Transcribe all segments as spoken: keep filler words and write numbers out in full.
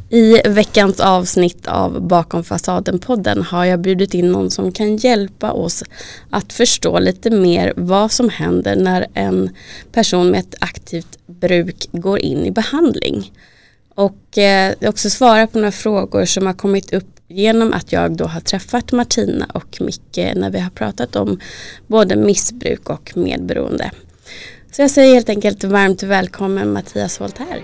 I veckans avsnitt av Bakom fasaden-podden har jag bjudit in någon som kan hjälpa oss att förstå lite mer vad som händer när en person med ett aktivt bruk går in i behandling. Och eh, också svara på några frågor som har kommit upp genom att jag då har träffat Martina och Micke när vi har pratat om både missbruk och medberoende. Så jag säger helt enkelt varmt välkommen Mattias Voltaire.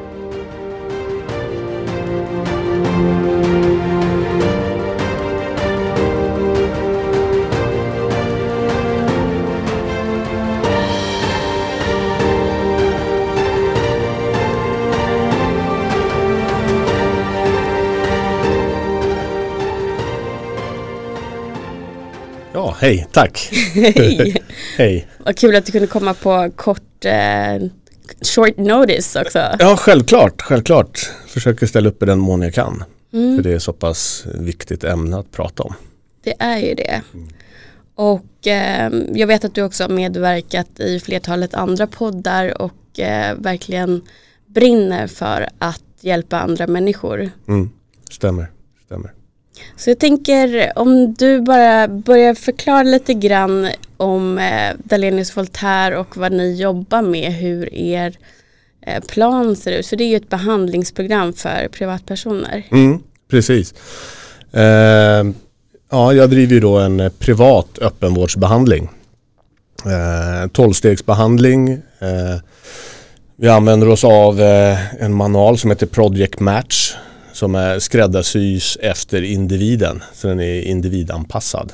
Ja, hej, tack. Hej. Hej. Vad kul att du kunde komma på kort eh, short notice också. Ja, självklart, självklart. Försöker ställa upp i den mån jag kan. Mm. För det är så pass viktigt ämne att prata om. Det är ju det. Mm. Och eh, jag vet att du också har medverkat i flertalet andra poddar och eh, verkligen brinner för att hjälpa andra människor. Mm. Stämmer, stämmer. Så jag tänker om du bara börjar förklara lite grann om eh, Dahlénius Voltaire och vad ni jobbar med, hur er eh, plan ser ut. För det är ju ett behandlingsprogram för privatpersoner. Mm, precis. Eh, ja, jag driver ju då en privat öppenvårdsbehandling. Eh, tolvstegsbehandling. Eh, vi använder oss av eh, en manual som heter Project Match. Som är skräddarsys efter individen. Så den är individanpassad.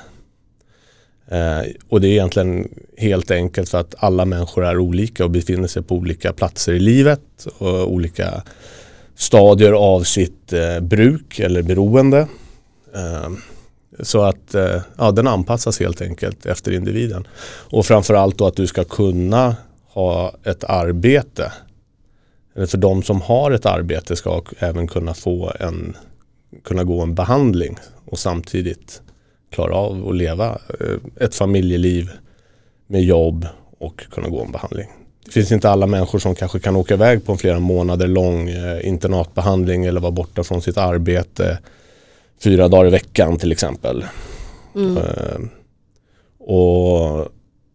Eh, och det är egentligen helt enkelt för att alla människor är olika och befinner sig på olika platser i livet. Och olika stadier av sitt eh, bruk eller beroende. Eh, så att eh, ja, den anpassas helt enkelt efter individen. Och framförallt då att du ska kunna ha ett arbete. För de som har ett arbete ska även kunna få en kunna gå en behandling och samtidigt klara av att leva ett familjeliv med jobb och kunna gå en behandling. Det finns inte alla människor som kanske kan åka iväg på en flera månader lång internatbehandling eller vara borta från sitt arbete fyra dagar i veckan till exempel. Mm. Och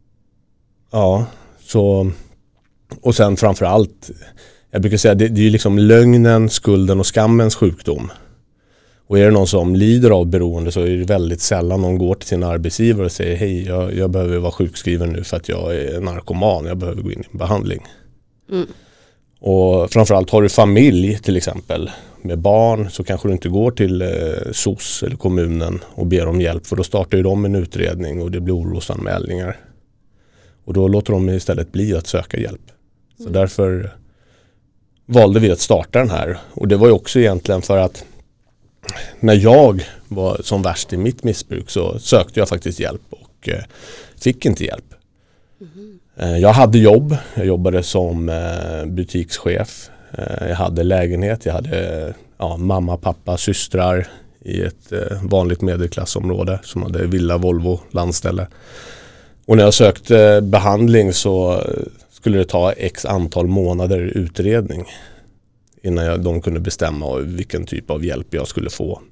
ja, så och sen framförallt jag brukar säga att det, det är ju liksom lögnen, skulden och skammens sjukdom. Och är det någon som lider av beroende så är det väldigt sällan någon går till sin arbetsgivare och säger hej, jag, jag behöver vara sjukskriven nu för att jag är narkoman, jag behöver gå in i en behandling. Mm. Och framförallt har du familj till exempel med barn så kanske du inte går till eh, S O S eller kommunen och ber om hjälp för då startar ju de en utredning och det blir orosanmälningar. Och då låter de istället bli att söka hjälp. Så mm. därför valde vi att starta den här. Och det var ju också egentligen för att när jag var som värst i mitt missbruk så sökte jag faktiskt hjälp och eh, fick inte hjälp. Mm. Eh, jag hade jobb. Jag jobbade som eh, butikschef. Eh, jag hade lägenhet. Jag hade ja, mamma, pappa, systrar i ett eh, vanligt medelklassområde som hade villa, Volvo, landställe. Och när jag sökte behandling så skulle det ta x antal månader utredning innan jag, de kunde bestämma vilken typ av hjälp jag skulle få.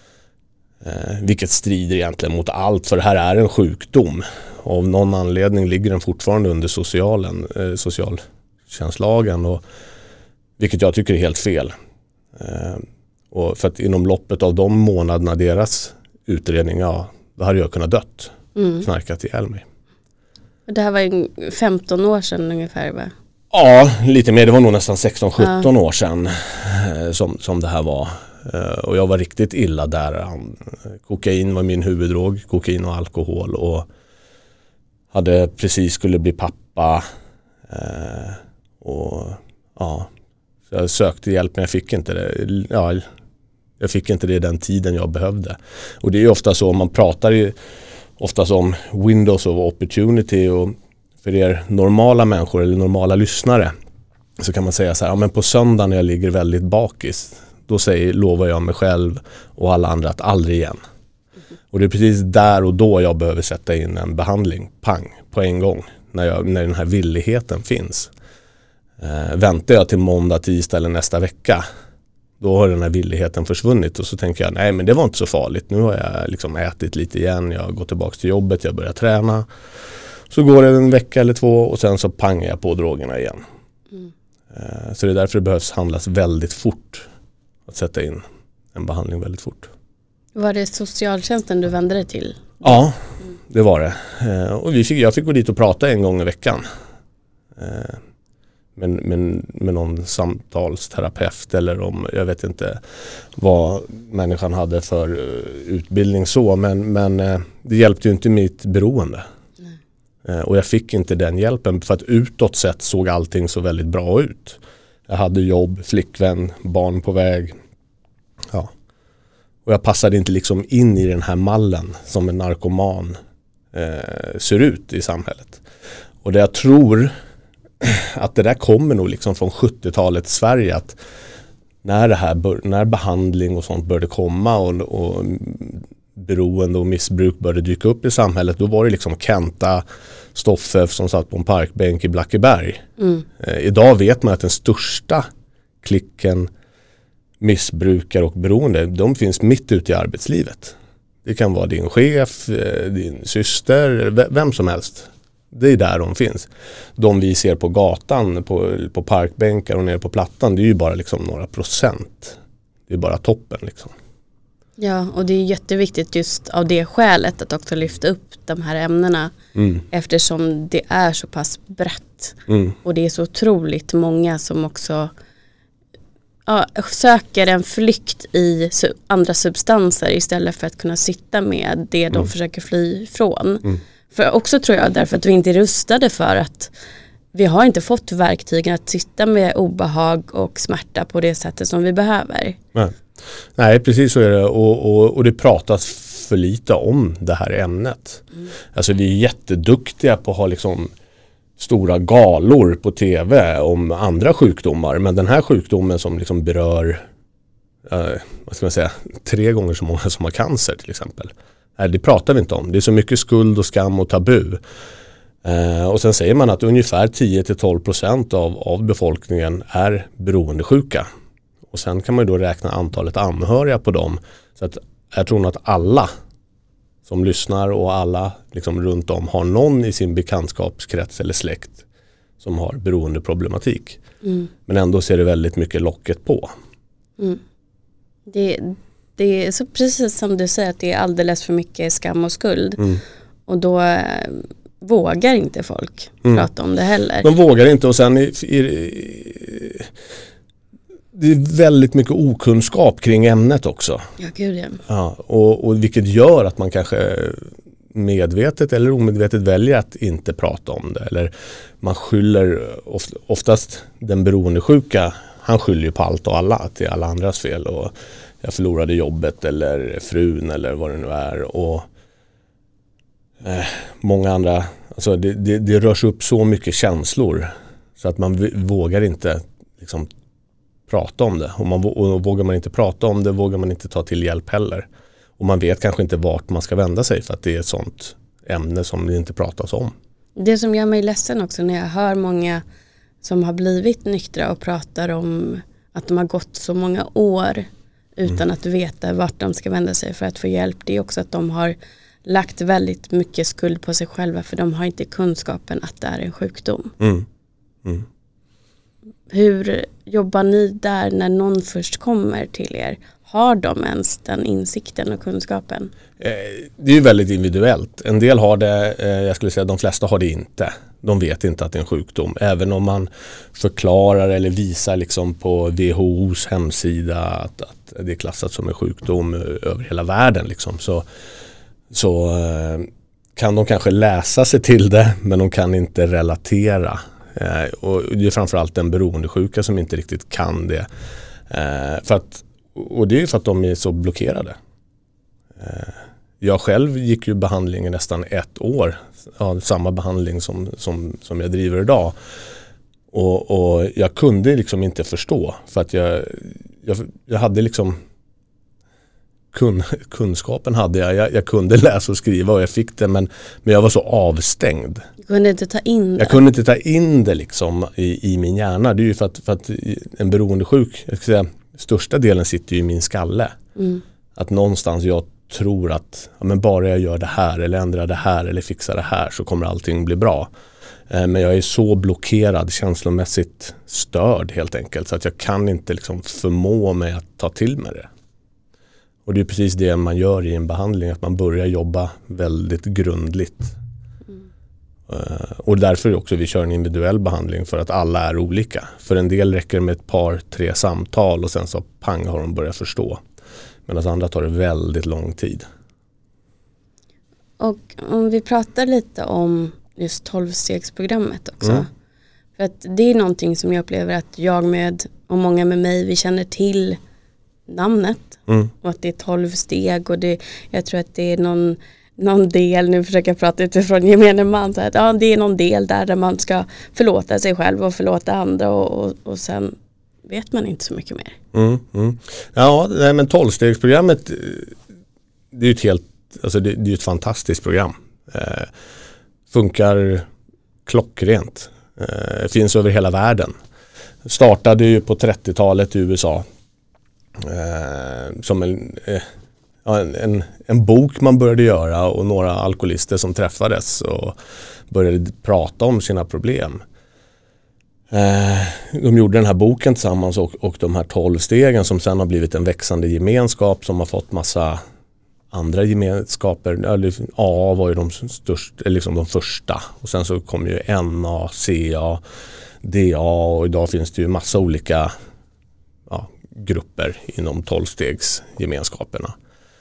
Eh, vilket strider egentligen mot allt, för det här är en sjukdom. Och av någon anledning ligger den fortfarande under socialen, eh, socialtjänstlagen, och, vilket jag tycker är helt fel. Eh, och för att inom loppet av de månaderna deras utredning, ja, då hade jag kunnat dött, mm. knarkat ihjäl mig. Det här var ju femton år sedan ungefär, va? Ja, lite mer. Det var nog nästan sexton sjutton ja. år sedan eh, som, som det här var. Eh, och jag var riktigt illa där. Kokain var min huvuddrog. Kokain och alkohol. Och hade precis skulle bli pappa. Eh, och ja, så jag sökte hjälp men jag fick inte det. Ja, jag fick inte det den tiden jag behövde. Och det är ju ofta så, man pratar ju oftast om windows of opportunity, och för er normala människor eller normala lyssnare så kan man säga så här, ja, men på söndag när jag ligger väldigt bakis, då säger, lovar jag mig själv och alla andra att aldrig igen. Mm. Och det är precis där och då jag behöver sätta in en behandling, pang, på en gång, när, jag, när den här villigheten finns. Eh, väntar jag till måndag, tisdag eller nästa vecka, Då har den här villigheten försvunnit och så tänker jag, nej men det var inte så farligt. Nu har jag liksom ätit lite igen, jag har gått tillbaka till jobbet, jag börjar träna. Så går det en vecka eller två och sen så pangar jag på drogerna igen. Mm. Så det är därför det behövs handlas väldigt fort. Att sätta in en behandling väldigt fort. Var det socialtjänsten du vände dig till? Ja, det var det. Och vi fick, jag fick gå dit och prata en gång i veckan. Men, men, med någon samtalsterapeut eller om, jag vet inte vad människan hade för utbildning så. Men, men det hjälpte ju inte mitt beroende. Nej. Och jag fick inte den hjälpen för att utåt sett såg allting så väldigt bra ut. Jag hade jobb, flickvän, barn på väg. Ja. Och jag passade inte liksom in i den här mallen som en narkoman eh, ser ut i samhället. Och det jag tror att det där kommer nog liksom från sjuttiotalets Sverige, att när det här bör, när behandling och sånt började komma och, och beroende och missbruk började dyka upp i samhället, då var det liksom Kenta Stoffe som satt på en parkbänk i Blackeberg. Mm. Eh, idag vet man att den största klicken missbrukare och beroende, de finns mitt ute i arbetslivet. Det kan vara din chef, din syster, vem som helst. Det är där de finns. De vi ser på gatan, på, på parkbänkar och nere på plattan, det är ju bara liksom några procent. Det är bara toppen liksom. Ja, och det är jätteviktigt just av det skälet att också lyfta upp de här ämnena. Mm. Eftersom det är så pass brett. Mm. Och det är så otroligt många som också ja, söker en flykt i su- andra substanser istället för att kunna sitta med det de mm. försöker fly från. Mm. För också tror jag därför att vi inte är rustade för att vi har inte fått verktygen att sitta med obehag och smärta på det sättet som vi behöver. Nej, Nej precis så är det. Och, och, och det pratas för lite om det här ämnet. Mm. Alltså vi är jätteduktiga på att ha liksom stora galor på tv om andra sjukdomar. Men den här sjukdomen som liksom berör eh, vad ska man säga, tre gånger så många som har cancer till exempel. Nej, det pratar vi inte om. Det är så mycket skuld och skam och tabu. Eh, och sen säger man att ungefär tio till tolv procent av, av befolkningen är beroendesjuka. Och sen kan man ju då räkna antalet anhöriga på dem. Så att jag tror att alla som lyssnar och alla liksom runt om har någon i sin bekantskapskrets eller släkt som har beroendeproblematik. Mm. Men ändå ser det väldigt mycket locket på. Mm. Det, det är så precis som du säger att det är alldeles för mycket skam och skuld. Mm. Och då äh, vågar inte folk mm. prata om det heller. De vågar inte och sen i, i, i, det är väldigt mycket okunskap kring ämnet också. Ja, gud ja. Ja, och, och vilket gör att man kanske medvetet eller omedvetet väljer att inte prata om det. Eller man skyller oft, oftast den beroendesjuka, han skyller ju på allt och alla, att det är alla andras fel. Och jag förlorade jobbet eller frun eller vad det nu är. Och eh, många andra, alltså det, det, det rörs upp så mycket känslor så att man v- vågar inte liksom prata om det. Och, man, och vågar man inte prata om det vågar man inte ta till hjälp heller. Och man vet kanske inte vart man ska vända sig för att det är ett sånt ämne som det inte pratas om. Det som gör mig ledsen också när jag hör många som har blivit nyktra och pratar om att de har gått så många år utan mm. att veta vart de ska vända sig för att få hjälp. Det är också att de har lagt väldigt mycket skuld på sig själva för de har inte kunskapen att det är en sjukdom. Mm. Mm. Hur jobbar ni där när någon först kommer till er? Har de ens den insikten och kunskapen? Det är ju väldigt individuellt. En del har det, jag skulle säga de flesta har det inte. De vet inte att det är en sjukdom. Även om man förklarar eller visar liksom på W H O:s hemsida att, att det är klassat som en sjukdom över hela världen. Liksom. Så, så kan de kanske läsa sig till det men de kan inte relatera. Och det är framförallt den beroendesjuka som inte riktigt kan det. För att Och det är för att de är så blockerade. Jag själv gick ju behandlingen nästan ett år. Ja, samma behandling som, som, som jag driver idag. Och, och jag kunde liksom inte förstå. För att jag, jag, jag hade liksom... Kun, kunskapen hade jag. jag. Jag kunde läsa och skriva och jag fick det. Men, men jag var så avstängd. Du kunde inte ta in det? Jag kunde inte ta in det liksom i, i min hjärna. Det är ju för att, för att en beroendesjuk... Jag ska säga, största delen sitter ju i min skalle. Mm. Att någonstans jag tror att ja, men bara jag gör det här eller ändrar det här eller fixar det här så kommer allting bli bra. Eh, men jag är så blockerad, känslomässigt störd helt enkelt, så att jag kan inte liksom förmå mig att ta till mig det. Och det är precis det man gör i en behandling, att man börjar jobba väldigt grundligt. Mm. Uh, och därför också vi kör en individuell behandling, för att alla är olika. För en del räcker med ett par, tre samtal och sen så pang har de börjat förstå. Medan andra tar det väldigt lång tid. Och om vi pratar lite om just tolvstegsprogrammet också. Mm. För att det är någonting som jag upplever att jag med och många med mig, vi känner till namnet. Mm. Och att det är tolv steg och det, jag tror att det är någon, någon del, nu försöker jag prata utifrån gemene man, så att ja, det är någon del där, där man ska förlåta sig själv och förlåta andra och, och, och sen vet man inte så mycket mer. Mm, mm. Ja, men tolvstegsprogrammet, det är ju ett helt, alltså det, det är ett fantastiskt program. Eh, funkar klockrent. Eh, finns över hela världen. Startade ju på trettiotalet i U S A. Eh, som en, eh, en, en, en bok man började göra och några alkoholister som träffades och började prata om sina problem. Eh, de gjorde den här boken tillsammans och, och de här tolv stegen som sen har blivit en växande gemenskap som har fått massa andra gemenskaper. A var ju de största, liksom de första, och sen så kom ju N A, C A, D A och idag finns det ju massa olika ja, grupper inom tolvstegsgemenskaperna.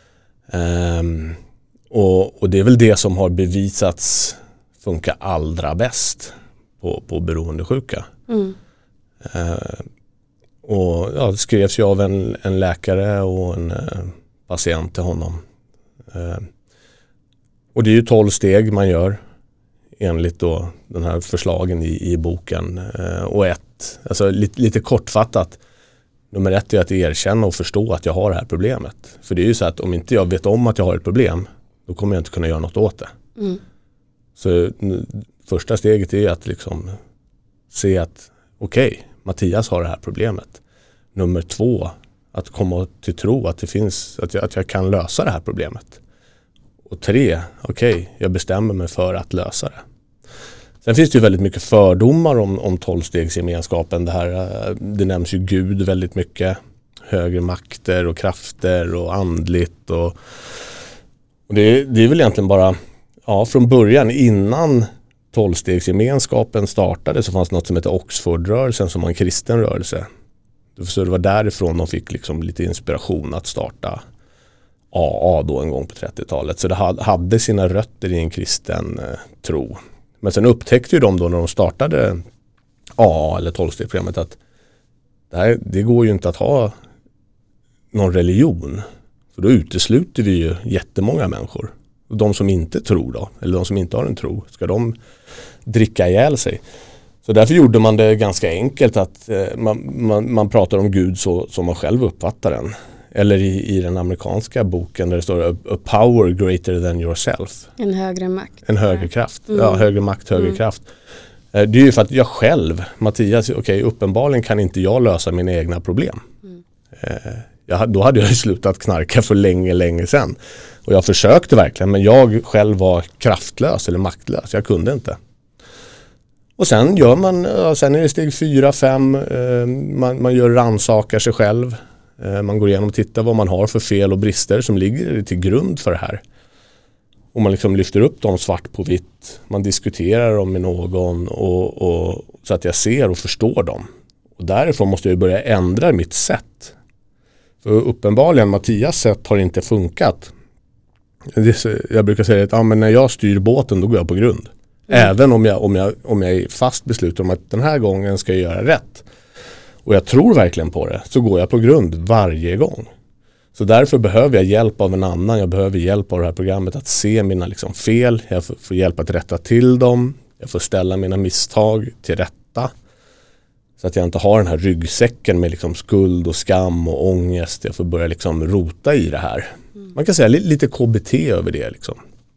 Um, och, och det är väl det som har bevisats funka allra bäst på, på beroendesjuka. Mm. Uh, och ja, det skrevs ju av en, en läkare och en uh, patient till honom. Uh, och det är ju tolv steg man gör enligt då den här förslagen i, i boken. Uh, och ett, alltså lite, lite kortfattat, nummer ett är att erkänna och förstå att jag har det här problemet. För det är ju så att om inte jag vet om att jag har ett problem, då kommer jag inte kunna göra något åt det. Mm. Så första steget är ju att liksom se att okej, okay, Mattias har det här problemet. Nummer två, att komma till tro att det finns, att jag, att jag kan lösa det här problemet. Och tre, okej, okay, jag bestämmer mig för att lösa det. Sen finns det ju väldigt mycket fördomar om, om tolvstegsgemenskapen. Det, här, det nämns ju Gud väldigt mycket. Högre makter och krafter och andligt. Och, och det, det är väl egentligen bara, ja, från början innan tolvstegsgemenskapen startade så fanns det något som heter Oxfordrörelsen som var en kristen rörelse. Så det var därifrån de fick liksom lite inspiration att starta A A då en gång på trettiotalet. Så det hade sina rötter i en kristen eh, tro. Men sen upptäckte ju de då när de startade A A eller tolvstegsprogrammet att det, här, det går ju inte att ha någon religion. För då utesluter vi ju jättemånga människor. Och de som inte tror då, eller de som inte har en tro, ska de dricka ihjäl sig? Så därför gjorde man det ganska enkelt att eh, man, man, man pratar om Gud så som man själv uppfattar den. Eller i, i den amerikanska boken där det står a, a power greater than yourself. En högre makt. En högre kraft. Mm. Ja, högre makt, högre mm. kraft. Det är ju för att jag själv, Mattias, okej, okay, uppenbarligen kan inte jag lösa mina egna problem. Mm. Jag, då hade jag ju slutat knarka för länge, länge sedan. Och jag försökte verkligen, men jag själv var kraftlös eller maktlös. Jag kunde inte. Och sen gör man, sen är det steg fyra, fem, man, man gör rannsakar sig själv. Man går igenom och tittar vad man har för fel och brister som ligger till grund för det här. Och man liksom lyfter upp dem svart på vitt. Man diskuterar dem med någon och, och, så att jag ser och förstår dem. Och därifrån måste jag börja ändra mitt sätt. För uppenbarligen, Mattias sätt har inte funkat. Jag brukar säga att ja, men när jag styr båten då går jag på grund. Mm. Även om jag, om, jag, om jag är fast besluten om att den här gången ska jag göra rätt. Och jag tror verkligen på det, så går jag på grund varje gång. Så därför behöver jag hjälp av en annan. Jag behöver hjälp av det här programmet att se mina liksom fel. Jag får, får hjälp att rätta till dem. Jag får ställa mina misstag till rätta. Så att jag inte har den här ryggsäcken med liksom skuld och skam och ångest. Jag får börja liksom rota i det här. Mm. Man kan säga lite K B T över det liksom.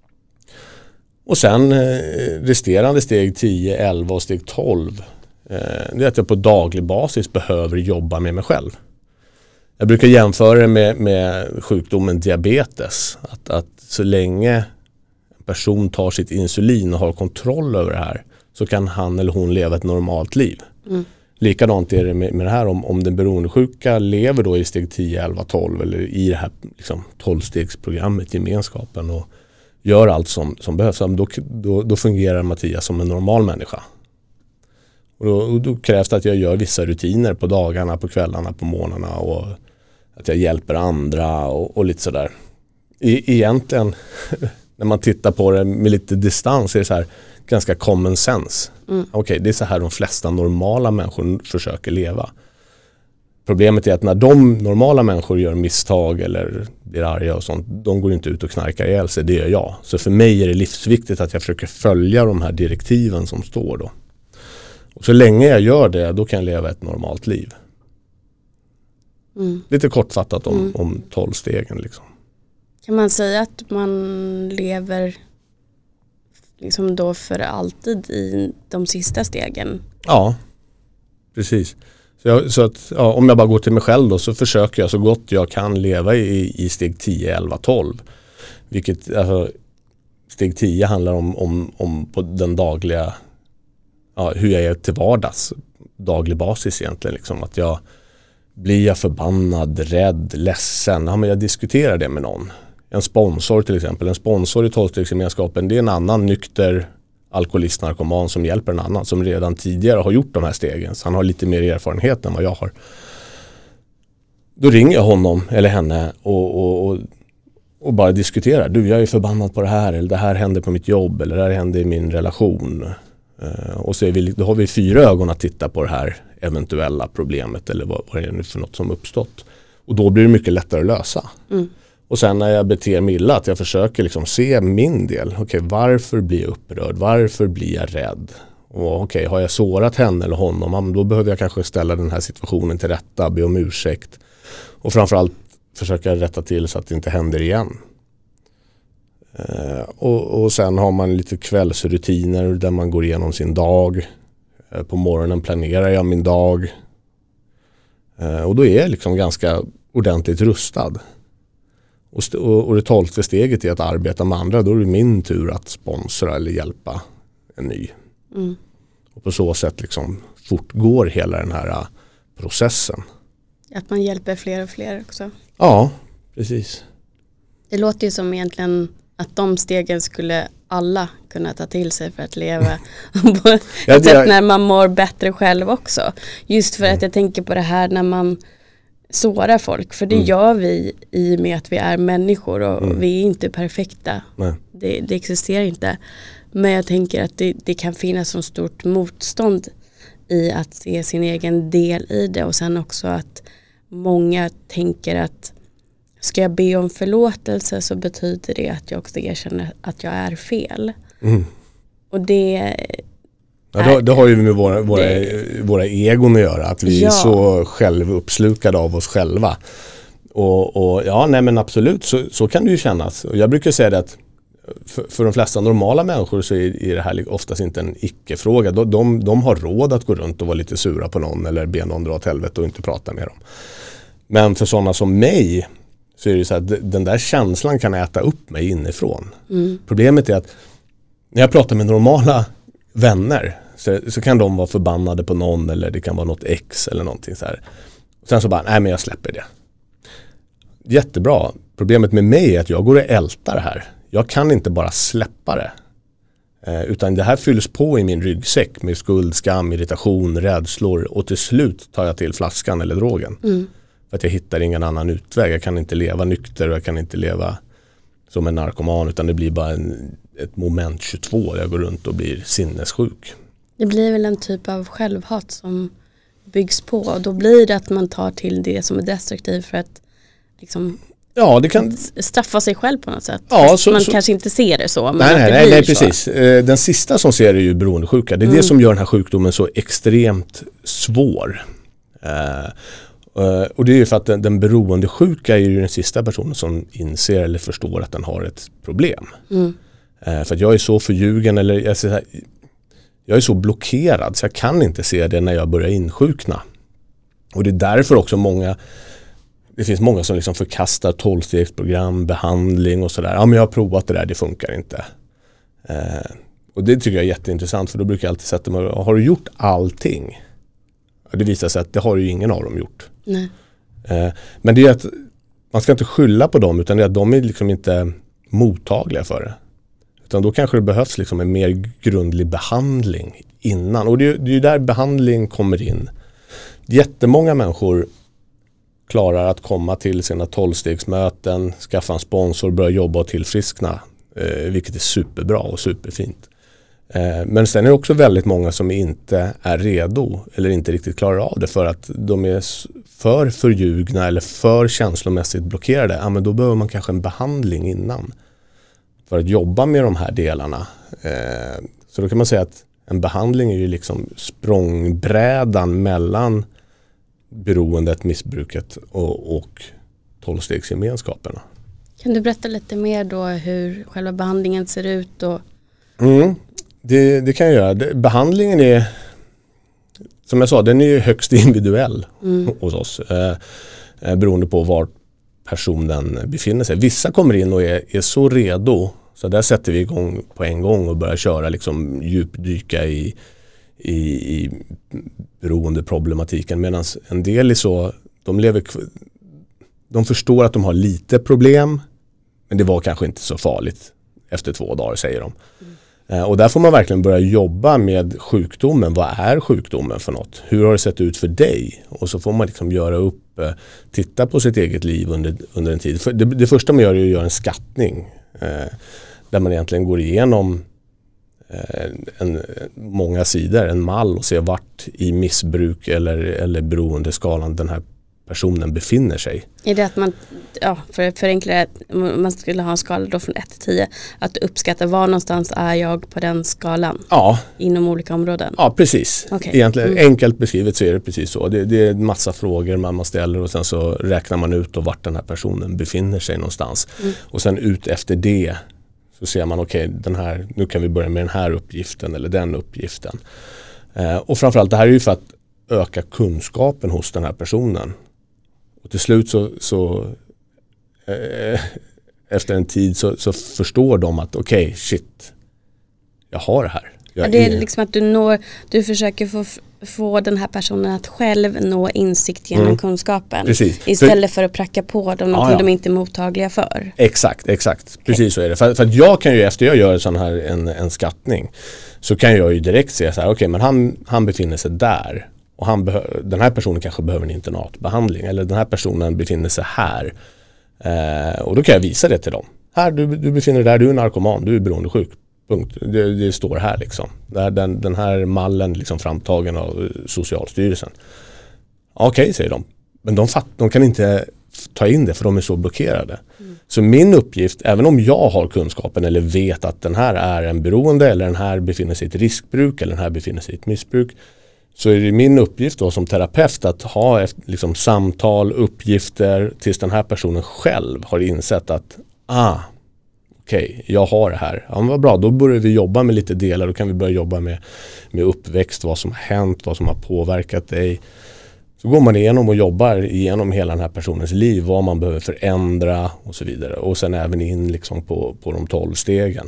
Och sen eh, resterande steg tio, elva och steg tolv. Det är att jag på daglig basis behöver jobba med mig själv. Jag brukar jämföra det med, med sjukdomen diabetes. Att, att så länge en person tar sitt insulin och har kontroll över det här så kan han eller hon leva ett normalt liv. Mm. Likadant är det med, med det här om, om den beroendesjuka lever då i steg tio, elva, tolv eller i det här liksom, tolv-stegsprogrammet, gemenskapen och gör allt som, som behövs. Då, då, då fungerar Mattias som en normal människa. Och då, och då krävs det att jag gör vissa rutiner på dagarna, på kvällarna, på morgnarna och att jag hjälper andra och, och lite sådär. E- egentligen, när man tittar på det med lite distans är det så här ganska common sense. Mm. Okej, okay, det är så här de flesta normala människor försöker leva. Problemet är att när de normala människor gör misstag eller blir arga och sånt, de går inte ut och knarkar ihjäl sig, det gör jag. Så för mig är det livsviktigt att jag försöker följa de här direktiven som står då. Och så länge jag gör det, då kan jag leva ett normalt liv. Mm. Lite kortfattat om, mm. om tolv stegen liksom. Kan man säga att man lever liksom då för alltid i de sista stegen? Ja, precis. Så, jag, så att, ja, om jag bara går till mig själv då, så försöker jag så gott jag kan leva i, i steg tio, elva, tolv. Vilket, alltså, steg tio handlar om, om, om på den dagliga, ja, hur jag är till vardags, daglig basis egentligen. Liksom. Att jag blir jag förbannad, rädd, ledsen. Ja, men jag diskuterar det med någon. En sponsor till exempel. En sponsor i tolvstegsgemenskapen, det är en annan nykter alkoholist, narkoman som hjälper en annan som redan tidigare har gjort de här stegen. Så han har lite mer erfarenhet än vad jag har. Då ringer jag honom eller henne och, och, och, och bara diskuterar. Du, jag är förbannad på det här, eller det här händer på mitt jobb, eller det här händer i min relation. Uh, och så är vi, då har vi fyra ögon att titta på det här eventuella problemet eller vad, vad är det nu för något som uppstått. Och då blir det mycket lättare att lösa. Mm. Och sen när jag beter mig illa, att jag försöker liksom se min del. Okej, okay, varför blir jag upprörd? Varför blir jag rädd? Och okej, okay, har jag sårat henne eller honom? Då behöver jag kanske ställa den här situationen till rätta, be om ursäkt. Och framförallt försöka rätta till så att det inte händer igen. Uh, och, och sen har man lite kvällsrutiner där man går igenom sin dag. Uh, på morgonen planerar jag min dag. Uh, och då är jag liksom ganska ordentligt rustad. Och, och, och det tolfte steget är att arbeta med andra. Då är det min tur att sponsra eller hjälpa en ny. Mm. Och på så sätt liksom fortgår hela den här uh, processen. Att man hjälper fler och fler också. Ja, precis. Det låter ju som egentligen att de stegen skulle alla kunna ta till sig för att leva på ett ja, sätt jag... när man mår bättre själv också. Just för mm. att jag tänker på det här när man sårar folk. För det mm. gör vi i och med att vi är människor och mm. vi är inte perfekta. Det, det existerar inte. Men jag tänker att det, det kan finnas så stort motstånd i att se sin egen del i det. Och sen också att många tänker att ska jag be om förlåtelse så betyder det att jag också erkänner att jag är fel. Mm. Och det är, ja, det har ju med våra, våra, det, våra egon att göra. Att vi ja. är så självuppslukade av oss själva. Och, och ja, nej men absolut, så, så kan det ju kännas. Och jag brukar säga det att för, för de flesta normala människor så är, är det här oftast inte en icke-fråga. De, de, de har råd att gå runt och vara lite sura på någon eller be någon dra åt helvete och inte prata med dem. Men för sådana som mig så är det så att den där känslan kan äta upp mig inifrån. Mm. Problemet är att när jag pratar med normala vänner så, så kan de vara förbannade på någon eller det kan vara något ex eller någonting så här. Och sen så bara, nej men jag släpper det. Jättebra. Problemet med mig är att jag går och ältar det här. Jag kan inte bara släppa det. Eh, utan det här fylls på i min ryggsäck med skuld, skam, irritation, rädslor och till slut tar jag till flaskan eller drogen. Mm. För att jag hittar ingen annan utväg. Jag kan inte leva nykter och jag kan inte leva som en narkoman utan det blir bara en, ett moment tjugotvå. Jag går runt och blir sinnessjuk. Det blir väl en typ av självhat som byggs på och då blir det att man tar till det som är destruktivt för att liksom ja, det kan straffa sig själv på något sätt. Ja, så, man så... kanske inte ser det så. Men nej, nej, det nej, nej så. precis. Den sista som ser det är ju beroendesjuka. Det är mm. det som gör den här sjukdomen så extremt svår. Uh, Uh, och det är ju för att den, den beroendesjuka är ju den sista personen som inser eller förstår att den har ett problem. Mm. Uh, för att jag är så förljugen eller jag, så här, jag är så blockerad så jag kan inte se det när jag börjar insjukna. Och det är därför också många det finns många som liksom förkastar tolvstegsprogram, behandling och sådär. Ja, men jag har provat det där, det funkar inte. Eh, och det tycker jag är jätteintressant, för då brukar jag alltid sätta mig, har du gjort allting? Och det visar sig att det har ju ingen av dem gjort. Nej. Eh, men det är att man ska inte skylla på dem, utan det är att de är liksom inte mottagliga för det. Utan då kanske det behövs liksom en mer grundlig behandling innan. Och det är, det är ju där behandling kommer in. Jättemånga människor klarar att komma till sina tolvstegsmöten, skaffa en sponsor, börja jobba och tillfriskna. Eh, vilket är superbra och superfint. Eh, men sen är det också väldigt många som inte är redo eller inte riktigt klarar av det, för att de är för förljugna eller för känslomässigt blockerade. Ja, men då behöver man kanske en behandling innan för att jobba med de här delarna. Eh, så då kan man säga att en behandling är ju liksom språngbrädan mellan beroendet, missbruket och, och tolvstegsgemenskaperna. Kan du berätta lite mer då hur själva behandlingen ser ut? Och... Mm, det, det kan jag göra. Det, behandlingen är, som jag sa, den är ju högst individuell mm. hos oss. Eh, beroende på var personen befinner sig. Vissa kommer in och är, är så redo, så där sätter vi igång på en gång och börjar köra liksom djupdyka i, i, i beroendeproblematiken. Medan en del är så, de lever, de förstår att de har lite problem, men det var kanske inte så farligt efter två dagar, säger de. Mm. Eh, och där får man verkligen börja jobba med sjukdomen. Vad är sjukdomen för något? Hur har det sett ut för dig? Och så får man liksom göra upp, eh, titta på sitt eget liv under, under en tid. För det, det första man gör är att göra en skattning. Eh, där man egentligen går igenom eh, en, många sidor, en mall, och ser vart i missbruk eller, eller beroendeskalan den här personen befinner sig. Är det att man, ja, för att förenkla det, man skulle ha en skala då från ett till tio, att uppskatta var någonstans är jag på den skalan? Ja. Inom olika områden? Ja, precis. Okay. Egentligen, mm. enkelt beskrivet så är det precis så. Det, det är en massa frågor man ställer, och sen så räknar man ut och vart den här personen befinner sig någonstans. Mm. Och sen ut efter det så ser man, okej, okay, den här, nu kan vi börja med den här uppgiften eller den uppgiften. Eh, och framförallt, det här är ju för att öka kunskapen hos den här personen. Och till slut så, så eh, efter en tid så, så förstår de att okej, okay, shit, jag har det här. Jag ja, det är, är liksom att du når, du försöker få, få den här personen att själv nå insikt genom mm. kunskapen. Precis. Istället för, för att pracka på dem något ja, ja. de inte är mottagliga för. Exakt, exakt. Okay. Precis så är det. För, för att jag kan ju, efter jag gör en sån här en, en skattning, så kan jag ju direkt säga så här, okej, okay, men han, han befinner sig där. Och han behö- den här personen kanske behöver en internatbehandling, eller den här personen befinner sig här. Eh, och då kan jag visa det till dem. Här, du, du befinner dig där, du är narkoman, du är beroendesjuk. Punkt. Det, det står här liksom. Där, den, den här mallen liksom framtagen av Socialstyrelsen. Okej, okay, säger de. Men de, fatt, de kan inte ta in det, för de är så blockerade. Mm. Så min uppgift, även om jag har kunskapen eller vet att den här är en beroende, eller den här befinner sig i ett riskbruk, eller den här befinner sig i ett missbruk, så är det min uppgift då som terapeut att ha liksom samtal, uppgifter tills den här personen själv har insett att ah, okej, okay, jag har det här. Ja, men vad bra, då börjar vi jobba med lite delar. Då kan vi börja jobba med, med uppväxt, vad som har hänt, vad som har påverkat dig. Så går man igenom och jobbar igenom hela den här personens liv, vad man behöver förändra och så vidare. Och sen även in liksom på, på de tolv stegen.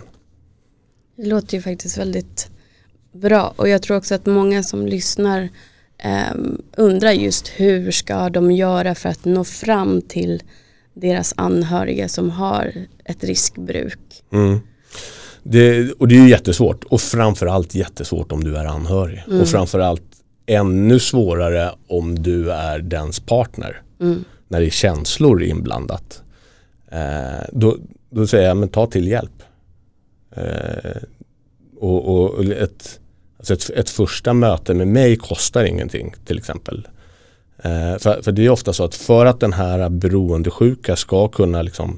Det låter ju faktiskt väldigt bra, och jag tror också att många som lyssnar eh, undrar just hur ska de göra för att nå fram till deras anhöriga som har ett riskbruk. Mm. Det, och det är ju jättesvårt, och framförallt jättesvårt om du är anhörig. Mm. Och framförallt ännu svårare om du är dens partner. Mm. När det är känslor inblandat. Eh, då, då säger jag, men ta till hjälp. Eh, och, och ett, alltså ett, ett första möte med mig kostar ingenting, till exempel. Eh, för, för det är ofta så att för att den här beroendesjuka ska kunna liksom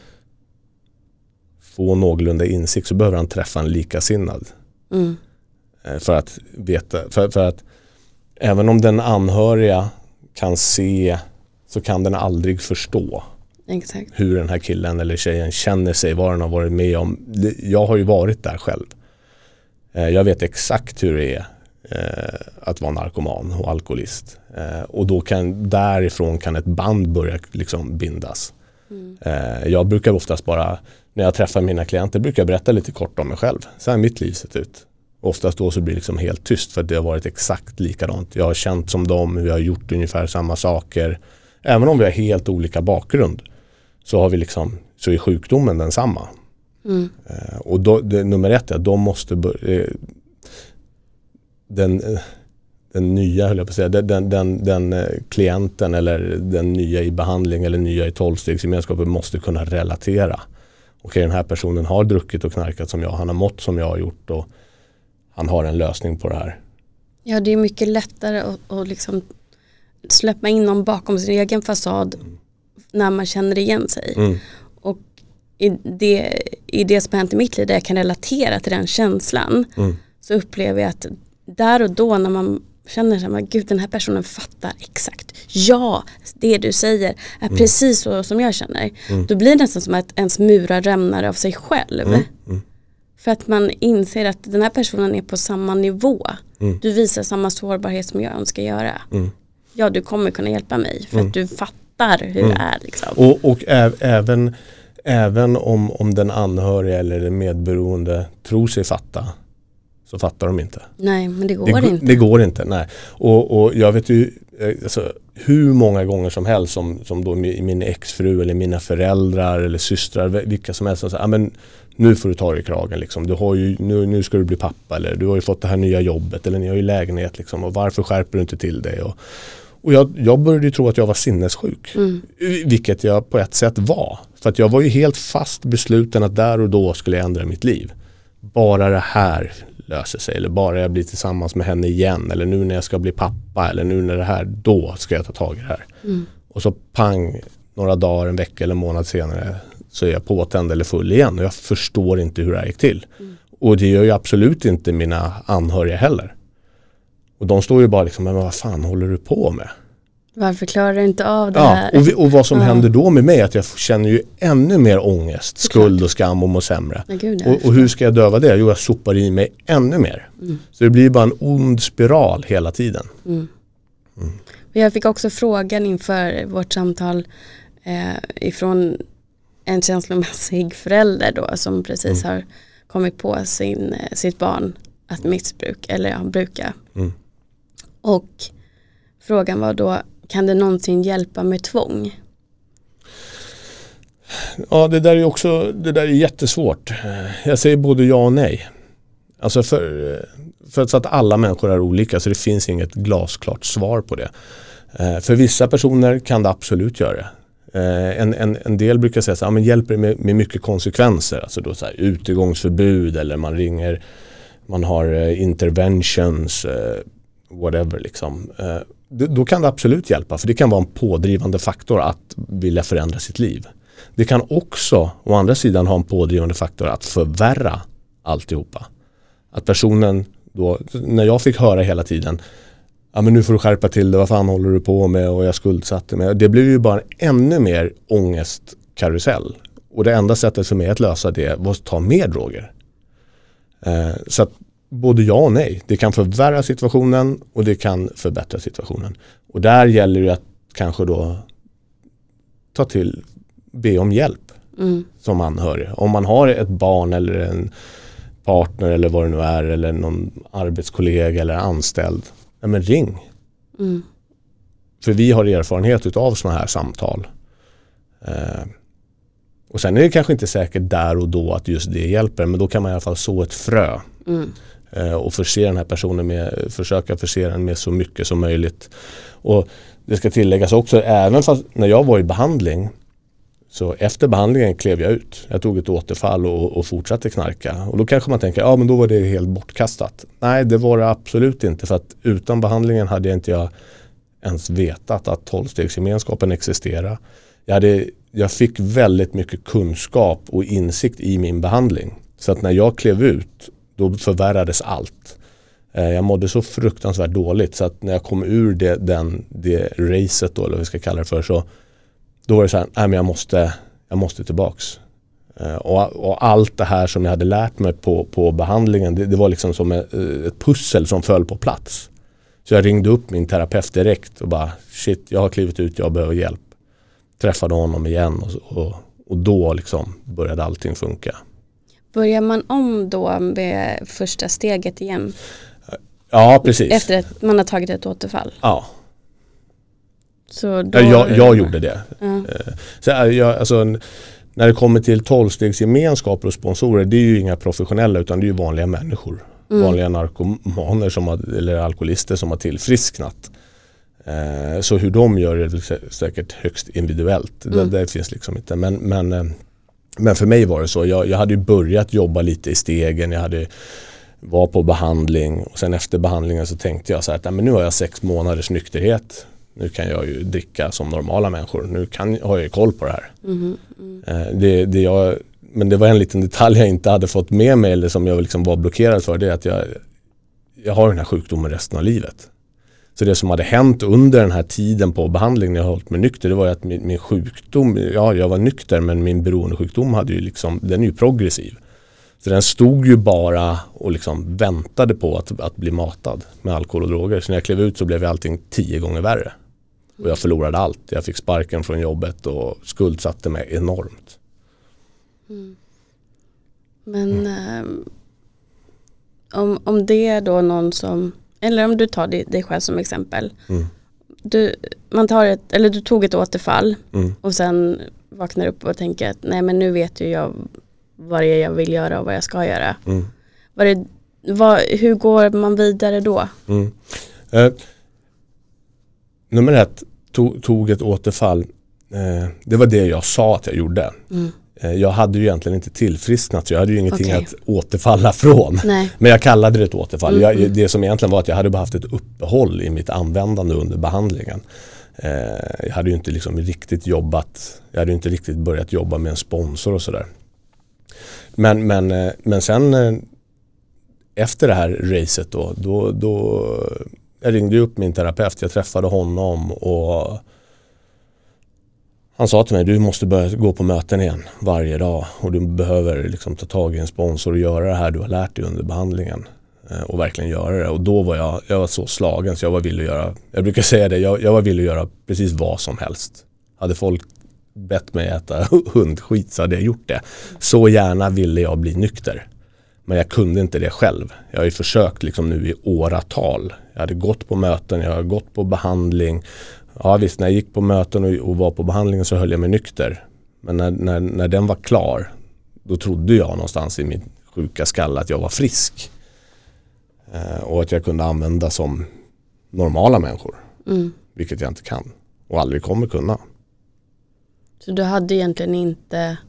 få någorlunda insikt, så behöver han träffa en likasinnad. Mm. Eh, för att veta, för, för att även om den anhöriga kan se, så kan den aldrig förstå. Exakt. Hur den här killen eller tjejen känner sig, vad den har varit med om. Jag har ju varit där själv. Jag vet exakt hur det är eh, att vara narkoman och alkoholist. Eh, och då kan, därifrån kan ett band börja liksom bindas. Mm. Eh, jag brukar oftast bara, när jag träffar mina klienter, brukar jag berätta lite kort om mig själv. Så här mitt liv sett ut. Oftast då så blir det liksom helt tyst för att det har varit exakt likadant. Jag har känt som dem, vi har gjort ungefär samma saker. Även om vi har helt olika bakgrund så har vi liksom, så är sjukdomen densamma. Mm. Eh, och då, det, nummer ett är att de måste börja, eh, den, den nya, höll jag på att säga, den, den, den, den klienten eller den nya i behandling eller nya i tolvstegsgemenskapen måste kunna relatera. Okej, den här personen har druckit och knarkat som jag, han har mått som jag har gjort och han har en lösning på det här. Ja, det är mycket lättare att, att liksom släppa in någon bakom sin egen fasad mm. när man känner igen sig. Mm. Och i det, i det som hänt i mitt liv där jag kan relatera till den känslan mm. så upplever jag att där och då när man känner sig att gud, den här personen fattar exakt. Ja, det du säger är mm. precis så som jag känner. Mm. Då blir det nästan som att ens murar rämnar av sig själv. Mm. Mm. För att man inser att den här personen är på samma nivå. Mm. Du visar samma sårbarhet som jag önskar göra. Mm. Ja, du kommer kunna hjälpa mig för mm. att du fattar hur mm. det är. Liksom. Och, och ä- även, även om, om den anhöriga eller den medberoende tror sig fatta, så fattar de inte. Nej, men det går det, inte. Det går inte, nej. Och, och jag vet ju alltså, hur många gånger som helst som, som då min exfru eller mina föräldrar eller systrar, vilka som helst som säger, ah, men nu får du ta dig i kragen liksom. Du har ju, nu, nu ska du bli pappa eller du har ju fått det här nya jobbet eller ni har ju lägenhet liksom, och varför skärper du inte till dig? Och, och jag, jag började ju tro att jag var sinnessjuk. Mm. Vilket jag på ett sätt var. För att jag var ju helt fast besluten att där och då skulle jag ändra mitt liv. Bara det här löser sig eller bara jag blir tillsammans med henne igen eller nu när jag ska bli pappa eller nu när det här, då ska jag ta tag i det här. Mm. Och så pang, några dagar, en vecka eller en månad senare så är jag påtänd eller full igen och jag förstår inte hur det här gick till. Mm. Och det gör ju absolut inte mina anhöriga heller. Och de står ju bara liksom, men vad fan håller du på med? Varför klarar du inte av det ja, här? Och, vi, och vad som ja. händer då med mig är att jag känner ju ännu mer ångest, skuld och skam och må sämre. Ja, gud, och, och hur ska jag döva det? Jo, jag sopar i mig ännu mer. Mm. Så det blir bara en ond spiral hela tiden. Mm. Mm. Jag fick också frågan inför vårt samtal eh, ifrån en känslomässig förälder då, som precis mm. har kommit på sin, sitt barn att missbruk eller ja, bruka. Mm. Och frågan var då, kan det någonsin hjälpa med tvång? Ja, det där är också det där är jättesvårt. Jag säger både ja och nej. Alltså för, för att alla människor är olika så det finns inget glasklart svar på det. För vissa personer kan det absolut göra det. En, en, en del brukar säga så här, men hjälper det med, med mycket konsekvenser. Alltså då så här, utegångsförbud eller man ringer, man har interventions, whatever liksom. Då kan det absolut hjälpa, för det kan vara en pådrivande faktor att vilja förändra sitt liv. Det kan också å andra sidan ha en pådrivande faktor att förvärra alltihopa. Att personen då, när jag fick höra hela tiden, ja men nu får du skärpa till det, vad fan håller du på med och jag skuldsatte mig. Det blev ju bara en ännu mer ångestkarusell. Och det enda sättet för mig att lösa det var att ta mer droger. Eh, så att både ja och nej. Det kan förvärra situationen och det kan förbättra situationen. Och där gäller det att kanske då ta till, be om hjälp mm. som anhörig. Om man har ett barn eller en partner eller vad det nu är eller någon arbetskollega eller anställd, ja, men ring. Mm. För vi har erfarenhet av sådana här samtal. Eh, och sen är det kanske inte säkert där och då att just det hjälper, men då kan man i alla fall så ett frö. Mm. Och förse den här personen med, försöka förse den med så mycket som möjligt. Och det ska tilläggas också, även fast när jag var i behandling, så efter behandlingen klev jag ut. Jag tog ett återfall och, och fortsatte knarka. Och då kanske man tänker, ja men då var det helt bortkastat. Nej, det var det absolut inte, för att utan behandlingen hade jag inte jag ens vetat att tolvstegsgemenskapen existerar. Jag, hade, jag fick väldigt mycket kunskap och insikt i min behandling. Så att när jag klev ut, då förvärrades allt. Jag mådde så fruktansvärt dåligt så att när jag kom ur det, den, det racet då, eller vad vi ska kalla det för, så då var det så här, nej men jag måste, jag måste tillbaks. Och, och allt det här som jag hade lärt mig på, på behandlingen, det, det var liksom som ett, ett pussel som föll på plats. Så jag ringde upp min terapeut direkt och bara, shit, jag har klivit ut, jag behöver hjälp. Träffade honom igen och, och, och då liksom började allting funka. Börjar man om då med första steget igen? Ja, precis. Efter att man har tagit ett återfall? Ja. Så då... ja jag, jag gjorde det. Ja. Så jag, alltså, när det kommer till tolvstegsgemenskaper och sponsorer, det är ju inga professionella utan det är ju vanliga människor. Mm. Vanliga narkomaner som har, eller alkoholister som har tillfrisknat. Eh, så hur de gör är säkert högst individuellt. Mm. Det, det finns liksom inte. Men, men, men för mig var det så. Jag, jag hade ju börjat jobba lite i stegen. Jag hade var på behandling. Och sen efter behandlingen så tänkte jag så här att men nu har jag sex månaders nykterhet. Nu kan jag ju dricka som normala människor. Nu kan, har jag ju koll på det här. Mm. Mm. Eh, det, det jag... Men det var en liten detalj jag inte hade fått med mig eller som jag liksom var blockerad för, det är att jag, jag har den här sjukdomen resten av livet. Så det som hade hänt under den här tiden på behandling när jag hållit mig nykter, det var ju att min, min sjukdom, ja jag var nykter men min beroendesjukdom hade ju liksom, den är ju progressiv. Så den stod ju bara och liksom väntade på att, att bli matad med alkohol och droger. Så när jag klev ut så blev allting tio gånger värre. Och jag förlorade allt. Jag fick sparken från jobbet och skuldsatte mig enormt. Mm. Men mm. Eh, om, om det är då någon som, eller om du tar dig, dig själv som exempel. Mm. Du, man tar ett, eller du tog ett återfall mm. och sen vaknar upp och tänker att nej men nu vet ju jag vad det är jag vill göra och vad jag ska göra. Mm. Vad det, vad, hur går man vidare då? Mm. Eh, nummer ett, tog, tog ett återfall. Eh, det var det jag sa att jag gjorde. Mm. Jag hade ju egentligen inte tillfrisknat så jag hade ju ingenting okay. att återfalla från. Nej. Men jag kallade det ett återfall. Mm. Jag, det som egentligen var att jag hade bara haft ett uppehåll i mitt användande under behandlingen. Eh, jag hade ju inte liksom riktigt jobbat, jag hade ju inte riktigt börjat jobba med en sponsor och sådär. Men, men, men sen efter det här racet då, då, då jag ringde upp min terapeut, jag träffade honom och han sa till mig, du måste börja gå på möten igen varje dag och du behöver liksom ta tag i en sponsor och göra det här du har lärt dig under behandlingen eh, och verkligen göra det. Och då var jag, jag var så slagen så jag var villig att göra, jag brukar säga det, jag, jag var villig att göra precis vad som helst. Hade folk bett mig äta hundskit så hade jag gjort det. Så gärna ville jag bli nykter. Men jag kunde inte det själv. Jag har ju försökt liksom nu i åratal. Jag hade gått på möten, jag har gått på behandling. Ja visst, när jag gick på möten och, och var på behandlingen så höll jag mig nykter. Men när, när, när den var klar, då trodde jag någonstans i min sjuka skall att jag var frisk. Eh, och att jag kunde använda som normala människor. Mm. Vilket jag inte kan. Och aldrig kommer kunna. Så du hade egentligen inte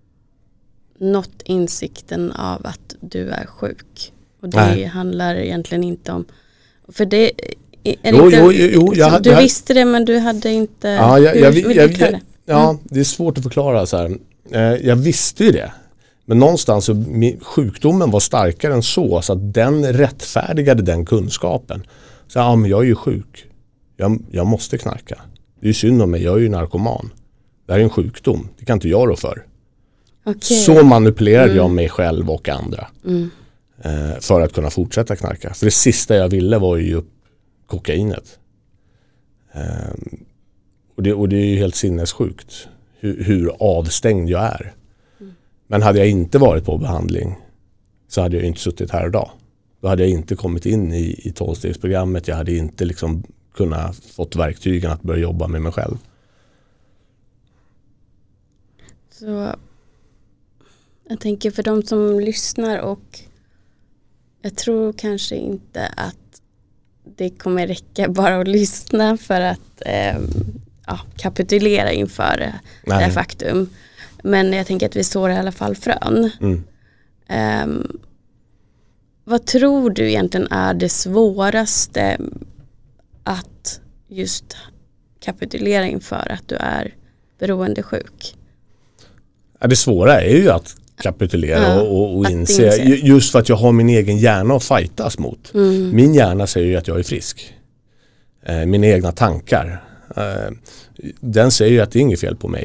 nått insikten av att du är sjuk? Och det Nej. handlar egentligen inte om... För det... Är jo, inte, jo, jo, jag hade, du visste det men du hade inte... Ja, jag, jag, jag, jag, jag, ja mm. det är svårt att förklara så här. Jag visste ju det. Men någonstans så sjukdomen var starkare än så. Så att den rättfärdigade den kunskapen. Så ja, men jag är ju sjuk. Jag, jag måste knarka. Det är ju synd om mig, jag är ju narkoman. Det här är en sjukdom. Det kan inte jag rå för. Okay. Så manipulerade mm. jag mig själv och andra. Mm. För att kunna fortsätta knarka. För det sista jag ville var ju upp kokainet. Um, och, det, och det är ju helt sinnessjukt hur, hur avstängd jag är. Mm. Men hade jag inte varit på behandling så hade jag inte suttit här idag. Då hade jag inte kommit in i, i tolvstegsprogrammet. Jag hade inte liksom kunnat fått verktygen att börja jobba med mig själv. Så jag tänker för de som lyssnar och jag tror kanske inte att det kommer räcka bara att lyssna för att eh, ja, kapitulera inför Nej. det här faktum. Men jag tänker att vi står i alla fall frön. Mm. Um, vad tror du egentligen är det svåraste att just kapitulera inför att du är beroendesjuk? Ja, det svåra är ju att kapitulera ja, och, och inse, inse. Just för att jag har min egen hjärna att fightas mot. Mm. Min hjärna säger ju att jag är frisk. Eh, mina egna tankar. Eh, den säger ju att det är inget fel på mig.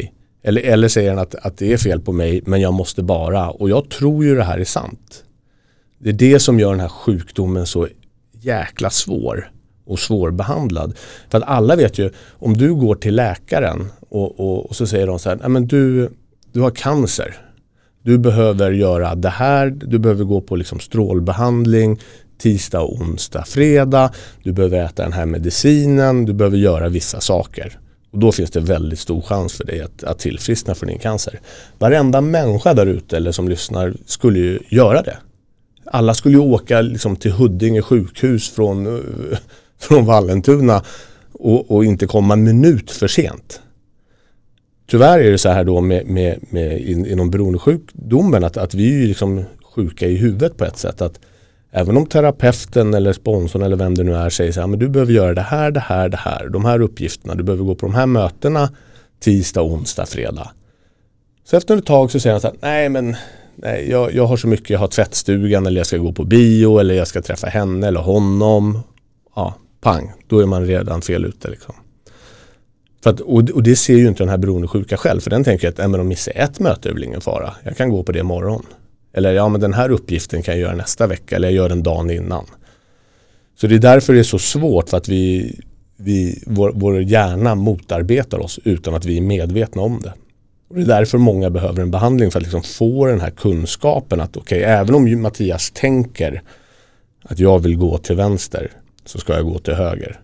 Eller, eller säger den att, att det är fel på mig men jag måste bara. Och jag tror ju det här är sant. Det är det som gör den här sjukdomen så jäkla svår och svårbehandlad. För att alla vet ju, om du går till läkaren och, och, och så säger de så här, nej men du, du har cancer. Du behöver göra det här, du behöver gå på liksom strålbehandling tisdag, onsdag, fredag. Du behöver äta den här medicinen, du behöver göra vissa saker. Och då finns det väldigt stor chans för dig att, att tillfriskna från din cancer. Varenda människa där ute eller som lyssnar skulle ju göra det. Alla skulle ju åka liksom till Huddinge sjukhus från, från Vallentuna och, och inte komma en minut för sent. Tyvärr är det så här då med, med, med in, inom beroendesjukdomen att, att vi är liksom sjuka i huvudet på ett sätt. Att även om terapeuten eller sponsorn eller vem det nu är säger så här, men du behöver göra det här, det här, det här, de här uppgifterna, du behöver gå på de här mötena tisdag, onsdag, fredag. Så efter ett tag så säger han så här, nej men nej, jag, jag har så mycket, jag har tvättstugan eller jag ska gå på bio eller jag ska träffa henne eller honom. Ja, pang, då är man redan fel ute liksom. För att, och, och det ser ju inte den här beroendesjuka själv, för den tänker att äh, men om missar ett möte är väl ingen fara. Jag kan gå på det imorgon. Eller ja, men den här uppgiften kan jag göra nästa vecka eller jag gör den dagen innan. Så det är därför det är så svårt, för att vi, vi, vår, vår hjärna motarbetar oss utan att vi är medvetna om det. Och det är därför många behöver en behandling, för att liksom få den här kunskapen att okej, okay, även om Mattias tänker att jag vill gå till vänster så ska jag gå till höger.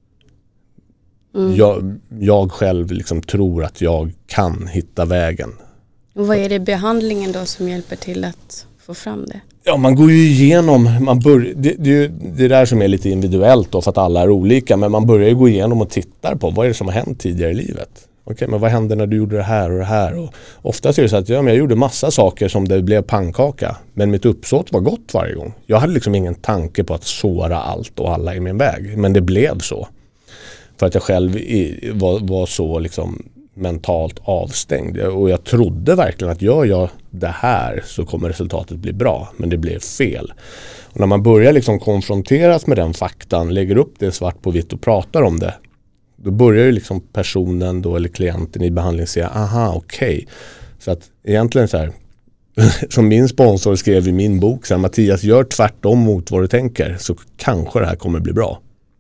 Mm. Jag, jag själv liksom tror att jag kan hitta vägen. Och vad är det behandlingen då som hjälper till att få fram det? Ja, man går ju igenom, man bör, det, det, det är där som är lite individuellt då, för att alla är olika, men man börjar ju gå igenom och tittar på vad är det som har hänt tidigare i livet. Okej, men vad hände när du gjorde det här och det här? Och oftast är det så att ja, men jag gjorde massa saker som det blev pannkaka, men mitt uppsåt var gott varje gång. Jag hade liksom ingen tanke på att såra allt och alla i min väg, men det blev så. För att jag själv i, var, var så liksom mentalt avstängd. Och jag trodde verkligen att gör jag det här så kommer resultatet bli bra. Men det blev fel. Och när man börjar liksom konfronteras med den faktan, lägger upp det svart på vitt och pratar om det, då börjar ju liksom personen då, eller klienten i behandling säga, aha, okej. Okay. Så att egentligen så här, som min sponsor skrev i min bok, så här, Mattias, gör tvärtom mot vad du tänker så kanske det här kommer bli bra.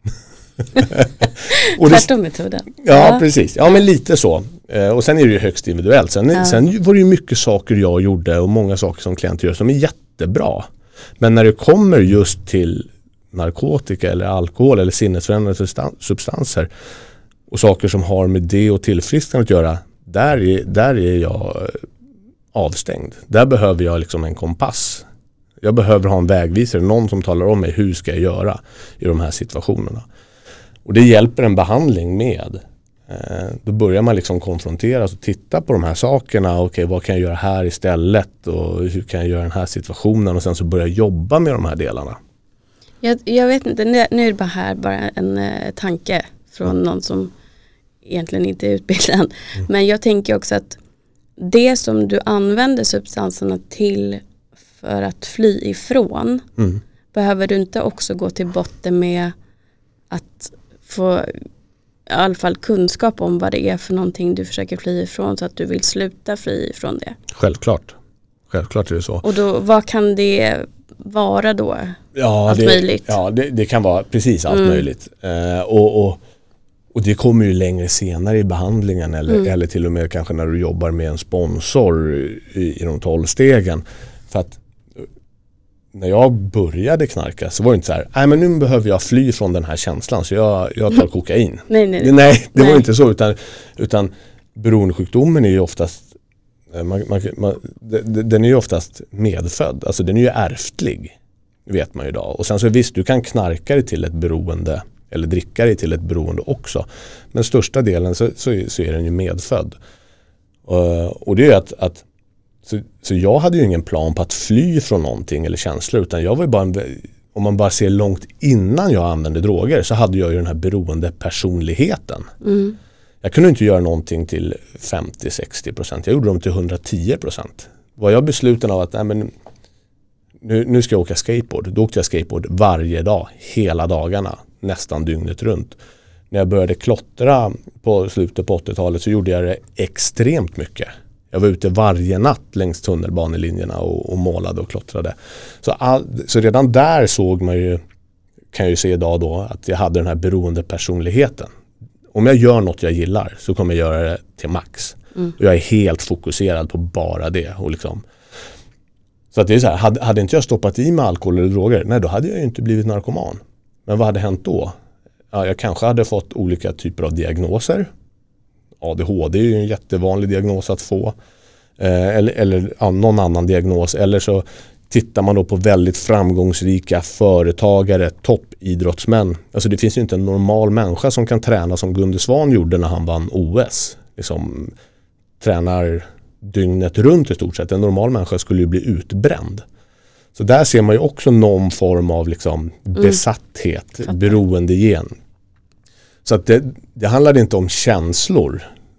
Tvärtom-metoden. Ja, ja, precis. Ja, men lite så. Eh, och sen är det ju högst individuellt. Sen, ja. sen var det ju mycket saker jag gjorde och många saker som klienter gör som är jättebra. Men när det kommer just till narkotika eller alkohol eller sinnesförändrande substanser och saker som har med det och tillfrisknande att göra, där är, där är jag avstängd. Där behöver jag liksom en kompass. Jag behöver ha en vägvisare, någon som talar om mig hur ska jag göra i de här situationerna. Och det hjälper en behandling med. Eh, då börjar man liksom konfronteras och titta på de här sakerna. Okej, vad kan jag göra här istället? Och hur kan jag göra den här situationen? Och sen så börja jobba med de här delarna. Jag, jag vet inte, nu är det bara här bara en eh, tanke från mm. någon som egentligen inte är utbildad. Mm. Men jag tänker också att det som du använder substanserna till för att fly ifrån, mm. behöver du inte också gå till botten med att få i alla fall kunskap om vad det är för någonting du försöker fly ifrån, så att du vill sluta fly ifrån det? Självklart. Självklart är det så. Och då, vad kan det vara då? Ja, allt det, möjligt? Ja, det, det kan vara precis allt mm. möjligt. Eh, och, och, och det kommer ju längre senare i behandlingen eller, mm. eller till och med kanske när du jobbar med en sponsor i, i de tolv stegen. För att när jag började knarka så var det inte så här, nej men nu behöver jag fly från den här känslan så jag, jag tar kokain. nej, nej, nej. nej, det nej. var inte så, utan, utan beroendesjukdomen är ju oftast man, man, man, den är ju oftast medfödd, alltså den är ju ärftlig, vet man ju idag. Och sen så visst, du kan knarka dig till ett beroende eller dricka dig till ett beroende också, men största delen så, så, så är den ju medfödd. Och, och det är ju att, att Så, så jag hade ju ingen plan på att fly från någonting eller känslor, utan jag var ju bara en, om man bara ser långt innan jag använde droger så hade jag ju den här beroende personligheten. Mm. Jag kunde inte göra någonting till femtio till sextio procent. Jag gjorde dem till hundratio procent. Var jag besluten av att nej, men, nu, nu ska jag åka skateboard. Då åkte jag skateboard varje dag, hela dagarna, nästan dygnet runt. när jag började klottra på slutet på åttiotalet så gjorde jag det extremt mycket. Jag var ute varje natt längs tunnelbanelinjerna och, och målade och klottrade. Så, all, så redan där såg man ju, kan jag ju se idag då, att jag hade den här beroende personligheten. Om jag gör något jag gillar så kommer jag göra det till max. Mm. Och jag är helt fokuserad på bara det. Och liksom. Så att det är så här, hade, hade inte jag stoppat i med alkohol eller droger, nej då hade jag ju inte blivit narkoman. Men vad hade hänt då? Ja, jag kanske hade fått olika typer av diagnoser. A D H D är ju en jättevanlig diagnos att få. Eh, eller eller ja, någon annan diagnos. Eller så tittar man då på väldigt framgångsrika företagare, toppidrottsmän. Alltså det finns ju inte en normal människa som kan träna som Gunde Svan gjorde när han vann O S. Liksom tränar dygnet runt i stort sett. En normal människa skulle ju bli utbränd. Så där ser man ju också någon form av liksom mm. besatthet, beroendegen. Så att det, det handlade inte om känslor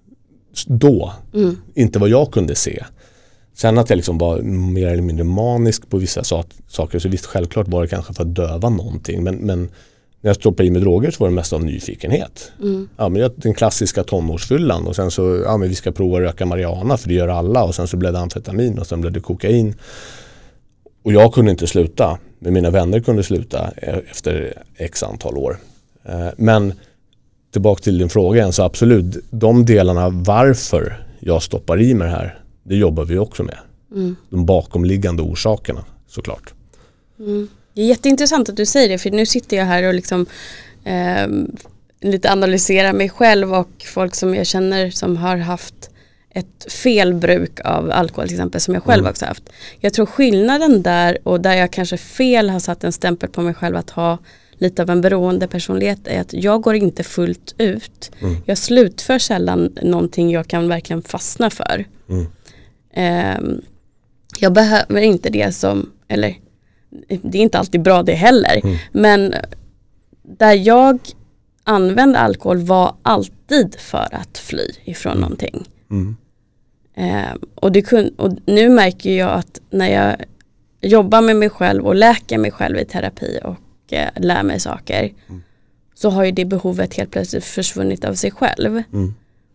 då. Mm. Inte vad jag kunde se. Sen att jag liksom var mer eller mindre manisk på vissa saker. Så visst, självklart var det kanske för att döva någonting. Men, men när jag stoppade i med droger så var det mest av nyfikenhet. Mm. Ja, men den klassiska tonårsfyllan. Och sen så, ja men vi ska prova att röka marijuana för det gör alla. Och sen så blev det amfetamin och sen blev det kokain. Och jag kunde inte sluta. Men mina vänner kunde sluta efter x antal år. Men tillbaka till din fråga igen, så absolut, de delarna varför jag stoppar i mig det här, det jobbar vi också med. Mm. De bakomliggande orsakerna, såklart. Mm. Det är jätteintressant att du säger det, för nu sitter jag här och liksom eh, lite analyserar mig själv och folk som jag känner som har haft ett felbruk av alkohol till exempel, som jag själv mm. också haft. Jag tror skillnaden där, och där jag kanske fel har satt en stämpel på mig själv att ha lite av en beroende personlighet, är att jag går inte fullt ut. Mm. Jag slutför sällan någonting jag kan verkligen fastna för. Mm. Um, jag behöver inte det som, eller det är inte alltid bra det heller, mm. men där jag använde alkohol var alltid för att fly ifrån mm. någonting. Mm. Um, och, det kun, och nu märker jag att när jag jobbar med mig själv och läker mig själv i terapi och lär mig saker, mm. så har ju det behovet helt plötsligt försvunnit av sig själv. Mm.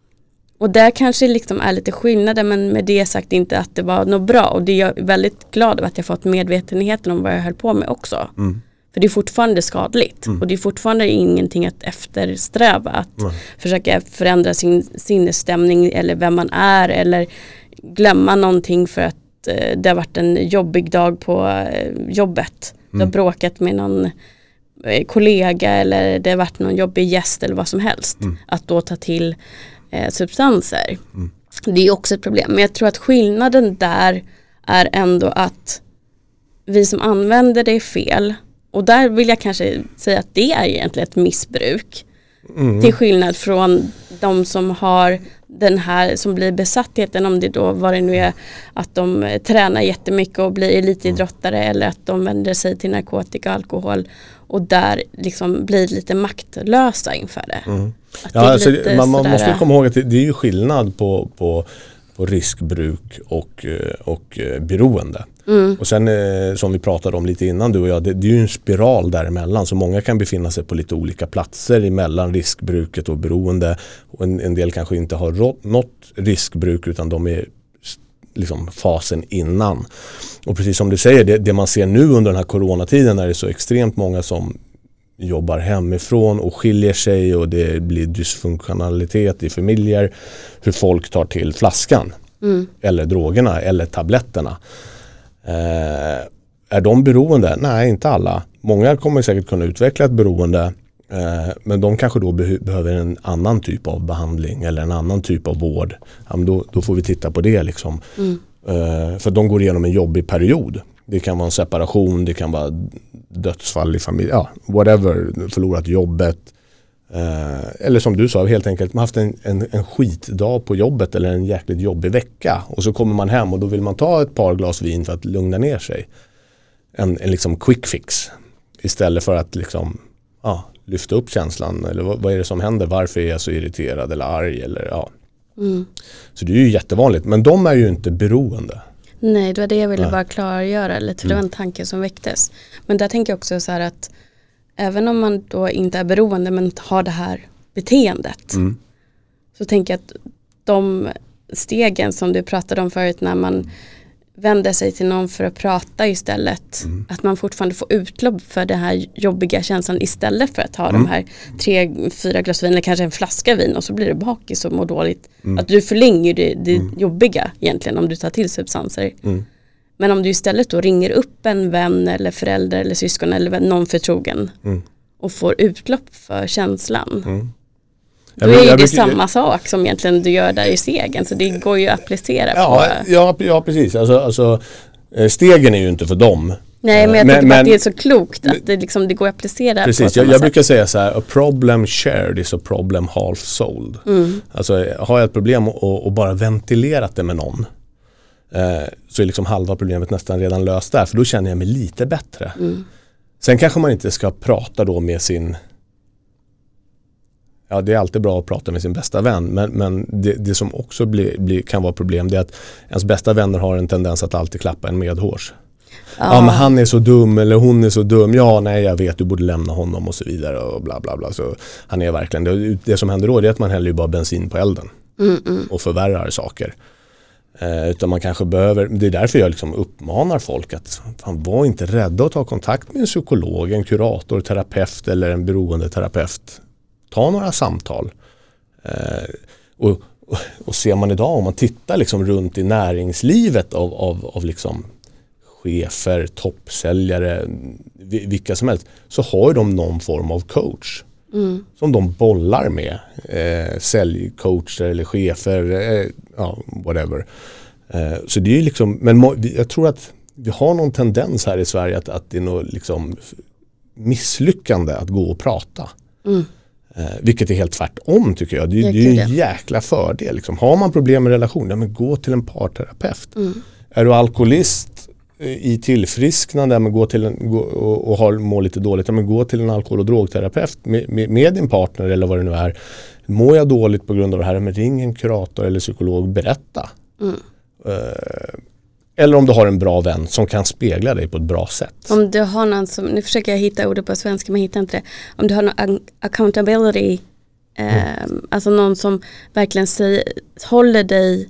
Och där kanske liksom är lite skillnader, men med det sagt inte att det var något bra. Och det är jag väldigt glad över att jag fått medvetenheten om vad jag höll på med också. Mm. För det är fortfarande skadligt. Mm. Och det är fortfarande ingenting att eftersträva. Att mm. försöka förändra sin sinnesstämning eller vem man är. Eller glömma någonting för att eh, det har varit en jobbig dag på eh, jobbet. Mm. Du har bråkat med någon eh, kollega eller det har varit någon jobbig gäst eller vad som helst. Mm. Att då ta till eh, substanser. Mm. Det är också ett problem. Men jag tror att skillnaden där är ändå att vi som använder det är fel. Och där vill jag kanske säga att det är egentligen ett missbruk. Mm. Till skillnad från de som har den här, som blir besattheten, om det då vad det nu är, att de tränar jättemycket och blir elitidrottare mm. eller att de vänder sig till narkotika och alkohol och där liksom blir lite maktlösa inför det. Mm. Ja, det alltså, man, man måste komma ihåg att det, det är ju skillnad på, på, på riskbruk och, och beroende. Mm. Och sen som vi pratade om lite innan du och jag, det, det är ju en spiral däremellan, så många kan befinna sig på lite olika platser emellan riskbruket och beroende, och en, en del kanske inte har rått, något riskbruk utan de är liksom fasen innan. Och precis som du säger, det, det man ser nu under den här coronatiden är det så extremt många som jobbar hemifrån och skiljer sig och det blir dysfunktionalitet i familjer, hur folk tar till flaskan mm. eller drogerna eller tabletterna. Eh, är de beroende? Nej, inte alla. Många kommer säkert kunna utveckla ett beroende, eh, men de kanske då be- behöver en annan typ av behandling eller en annan typ av vård. Ja, men då, då får vi titta på det liksom. Mm. Eh, för de går igenom en jobbig period. Det kan vara en separation, det kan vara dödsfall i familj, ja, whatever, förlorat jobbet. Eh, eller som du sa, helt enkelt man har haft en, en, en skitdag på jobbet eller en jäkligt jobbig vecka och så kommer man hem och då vill man ta ett par glas vin för att lugna ner sig. En, en liksom quick fix istället för att liksom, ja, lyfta upp känslan eller vad, vad är det som händer, varför är jag så irriterad eller arg eller ja. Mm. Så det är ju jättevanligt, men de är ju inte beroende. Nej, det var det jag ville Nej. bara klargöra lite, för mm. det var en tanke som väcktes. Men där tänker jag också så här att även om man då inte är beroende men har det här beteendet. Mm. Så tänker jag att de stegen som du pratade om förut när man vänder sig till någon för att prata istället. Mm. Att man fortfarande får utlopp för den här jobbiga känslan istället för att ta mm. de här tre, fyra glas vin eller kanske en flaska vin och så blir det bakis och mår dåligt. Mm. Att du förlänger det, det mm. jobbiga egentligen om du tar till substanser. Mm. Men om du istället då ringer upp en vän eller förälder eller syskon eller någon förtrogen mm. och får utlopp för känslan. Mm. Då är ju det samma sak som egentligen du gör där i stegen. Så det går ju att applicera ja, på... Ja, ja precis. Alltså, alltså, stegen är ju inte för dem. Nej, men jag men, tycker men, att det är så klokt att det, liksom, det går att applicera precis, på samma jag, jag sätt. brukar säga så här, a problem shared is a problem half solved. Mm. Alltså har jag ett problem och, och bara ventilerat det med någon eh, så är liksom halva problemet nästan redan löst där. För då känner jag mig lite bättre. Mm. Sen kanske man inte ska prata då med sin... Ja, det är alltid bra att prata med sin bästa vän. Men, men det, det som också blir, blir, kan vara problem det är att ens bästa vänner har en tendens att alltid klappa en medhårs. Ja. ja, men han är så dum eller hon är så dum. Ja, nej, jag vet, du borde lämna honom och så vidare och bla bla bla. Så han är verkligen, det, det som händer då är att man häller ju bara bensin på elden. Mm, mm. Och förvärrar saker. Eh, utan man kanske behöver, det är därför jag liksom uppmanar folk att fan, var inte rädda att ta kontakt med en psykolog, en kurator, terapeut eller en beroendeterapeut. Ta några samtal. Eh, och, och, och ser man idag, om man tittar liksom runt i näringslivet av, av, av liksom chefer, toppsäljare, vilka som helst, så har de någon form av coach mm. som de bollar med. Eh, säljcoacher eller chefer, eh, ja, whatever. Eh, så det är ju liksom, men jag tror att vi har någon tendens här i Sverige att, att det är något liksom misslyckande att gå och prata. Mm. Eh, vilket är helt tvärtom tycker jag. Det, det är ju en jäkla fördel. Liksom. Har man problem med relationer, men gå till en parterapeut. Mm. Är du alkoholist i tillfrisknande, men gå till en, gå, och, och har, mår lite dåligt, men gå till en alkohol- och drogterapeut med, med, med din partner eller vad det nu är. Mår jag dåligt på grund av det här, men ring en kurator eller psykolog, berätta. Mm. Eh, eller om du har en bra vän som kan spegla dig på ett bra sätt. Om du har någon som, nu försöker jag hitta ordet på svenska men hittar inte det. Om du har någon accountability, eh, mm. alltså någon som verkligen säger, håller dig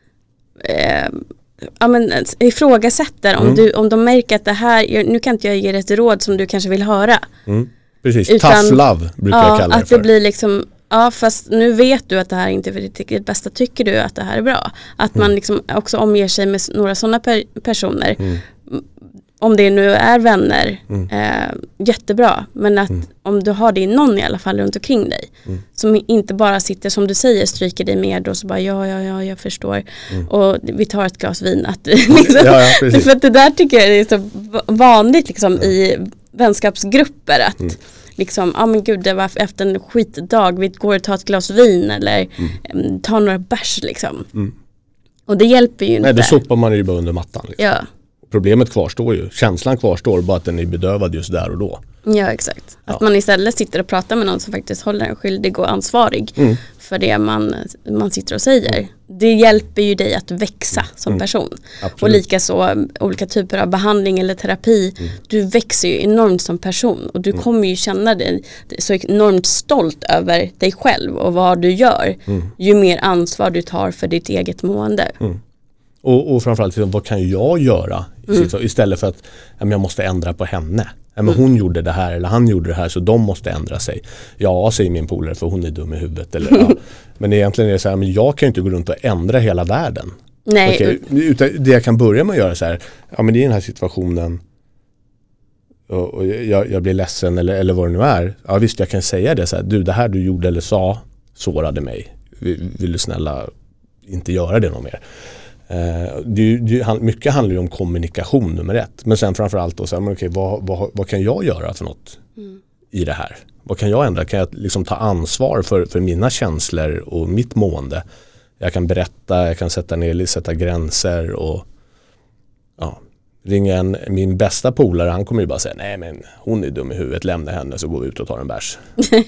eh, ja, men, ifrågasätter om, mm. du, om de märker att det här, nu kan inte jag ge dig ett råd som du kanske vill höra. Mm. Precis, utan, tough love brukar ja, jag kalla det att för. Det blir liksom, ja fast nu vet du att det här inte är för ditt, ditt bästa, tycker du att det här är bra. Att mm. man liksom också omger sig med några sådana per, personer. Mm. Om det nu är vänner, mm. eh, jättebra. Men att mm. om du har det i någon i alla fall runt omkring dig. Mm. Som inte bara sitter, som du säger, stryker dig med och så bara ja, ja, ja, jag förstår. Mm. Och vi tar ett glas vin. Att, liksom, ja, ja, för att det där tycker jag är så vanligt liksom, ja. i vänskapsgrupper. Att mm. liksom, ja ah, men gud, det var efter en skitdag, vi går och tar ett glas vin eller mm. tar några bärs liksom. Mm. Och det hjälper ju inte. Nej, då sopar man ju bara under mattan. Liksom. Ja. Problemet kvarstår ju. Känslan kvarstår, bara att den är bedövad just där och då. Ja, exakt. Att ja. man istället sitter och pratar med någon som faktiskt håller en skyldig och ansvarig mm. för det man, man sitter och säger. Mm. Det hjälper ju dig att växa som mm. person. Absolut. Och lika så olika typer av behandling eller terapi. Mm. Du växer ju enormt som person. Och du mm. kommer ju känna dig så enormt stolt över dig själv och vad du gör. Mm. Ju mer ansvar du tar för ditt eget mående. Mm. Och, och framförallt, vad kan jag göra mm. istället för att ja, jag måste ändra på henne. Ja, men hon gjorde det här eller han gjorde det här så de måste ändra sig. Ja, säger min polare, för hon är dum i huvudet. Eller, ja. Men egentligen är det så här, men jag kan ju inte gå runt och ändra hela världen. Nej. Okej, utan det jag kan börja med att göra så här, ja men i den här situationen och, och jag, jag blir ledsen eller, eller vad det nu är. Ja visst, jag kan säga det så här, du det här du gjorde eller sa sårade mig. Vill, vill du snälla inte göra det någon mer? Uh, det, det, mycket handlar ju om kommunikation nummer ett. Men sen framförallt då så här, men okej, vad, vad, vad kan jag göra för något mm. i det här? Vad kan jag ändra? Kan jag liksom ta ansvar för, för mina känslor och mitt mående? Jag kan berätta, jag kan sätta ner, sätta gränser och ja, ringa en, min bästa polare, han kommer ju bara säga nej men hon är dum i huvudet, lämna henne så går vi ut och tar en bärs.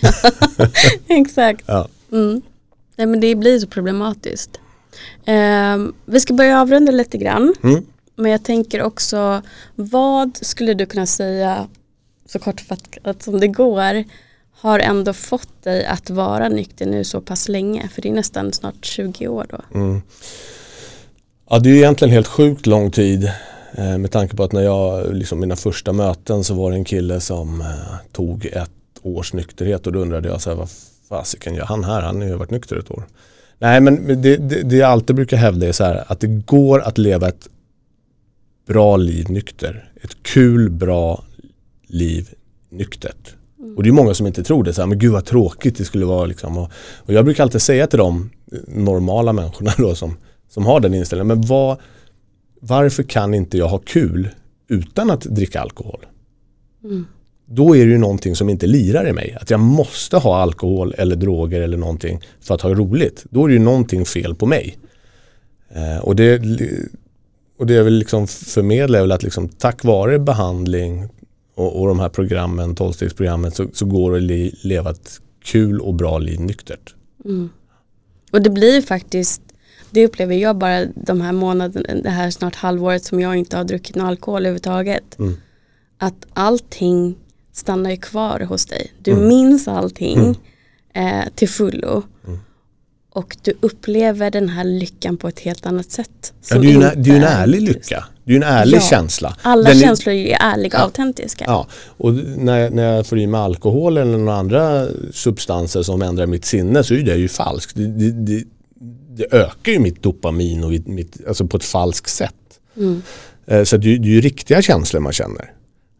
Exakt. Ja. Mm. Nej, men det blir så problematiskt. Um, vi ska börja avrunda lite grann. Mm. Men jag tänker också, vad skulle du kunna säga så kortfattat som det går, har ändå fått dig att vara nykter nu så pass länge? För det är nästan snart tjugo år då. Mm. Ja, det är egentligen helt sjukt lång tid. Eh, med tanke på att när jag, liksom mina första möten så var det en kille som eh, tog ett års nykterhet. Och då undrade jag så här, vad fasiken gör han här? Han har ju varit nykter ett år. Nej, men det, det, det jag alltid brukar hävda är så här, att det går att leva ett bra liv nykter. Ett kul, bra liv nyktert. Mm. Och det är många som inte tror det. Så här, men gud vad tråkigt det skulle vara. Liksom. Och, och jag brukar alltid säga till de normala människorna då, som, som har den inställningen. Men vad, varför kan inte jag ha kul utan att dricka alkohol? Mm. Då är det ju någonting som inte lirar i mig. Att jag måste ha alkohol eller droger eller någonting för att ha roligt. Då är det ju någonting fel på mig. Eh, och det... Och det är väl liksom förmedla väl att liksom, tack vare behandling och, och de här programmen, tolvstegsprogrammet, så, så går det att le, leva ett kul och bra liv nyktert. Mm. Och det blir faktiskt, det upplever jag bara de här månaderna, det här snart halvåret som jag inte har druckit någon alkohol överhuvudtaget. Mm. Att allting stannar ju kvar hos dig. Du mm. minns allting mm. eh, till fullo. Mm. Och du upplever den här lyckan på ett helt annat sätt. Ja, det är ju en, det är en ärlig lycka. Det är ju en ärlig ja, känsla. Alla den känslor är ju ärliga och ja, autentiska. Ja, och när, när jag får i mig alkohol eller några andra substanser som ändrar mitt sinne så är det ju falskt. Det, det, det, det ökar ju mitt dopamin och mitt, alltså på ett falskt sätt. Mm. Så det, det är ju riktiga känslor man känner.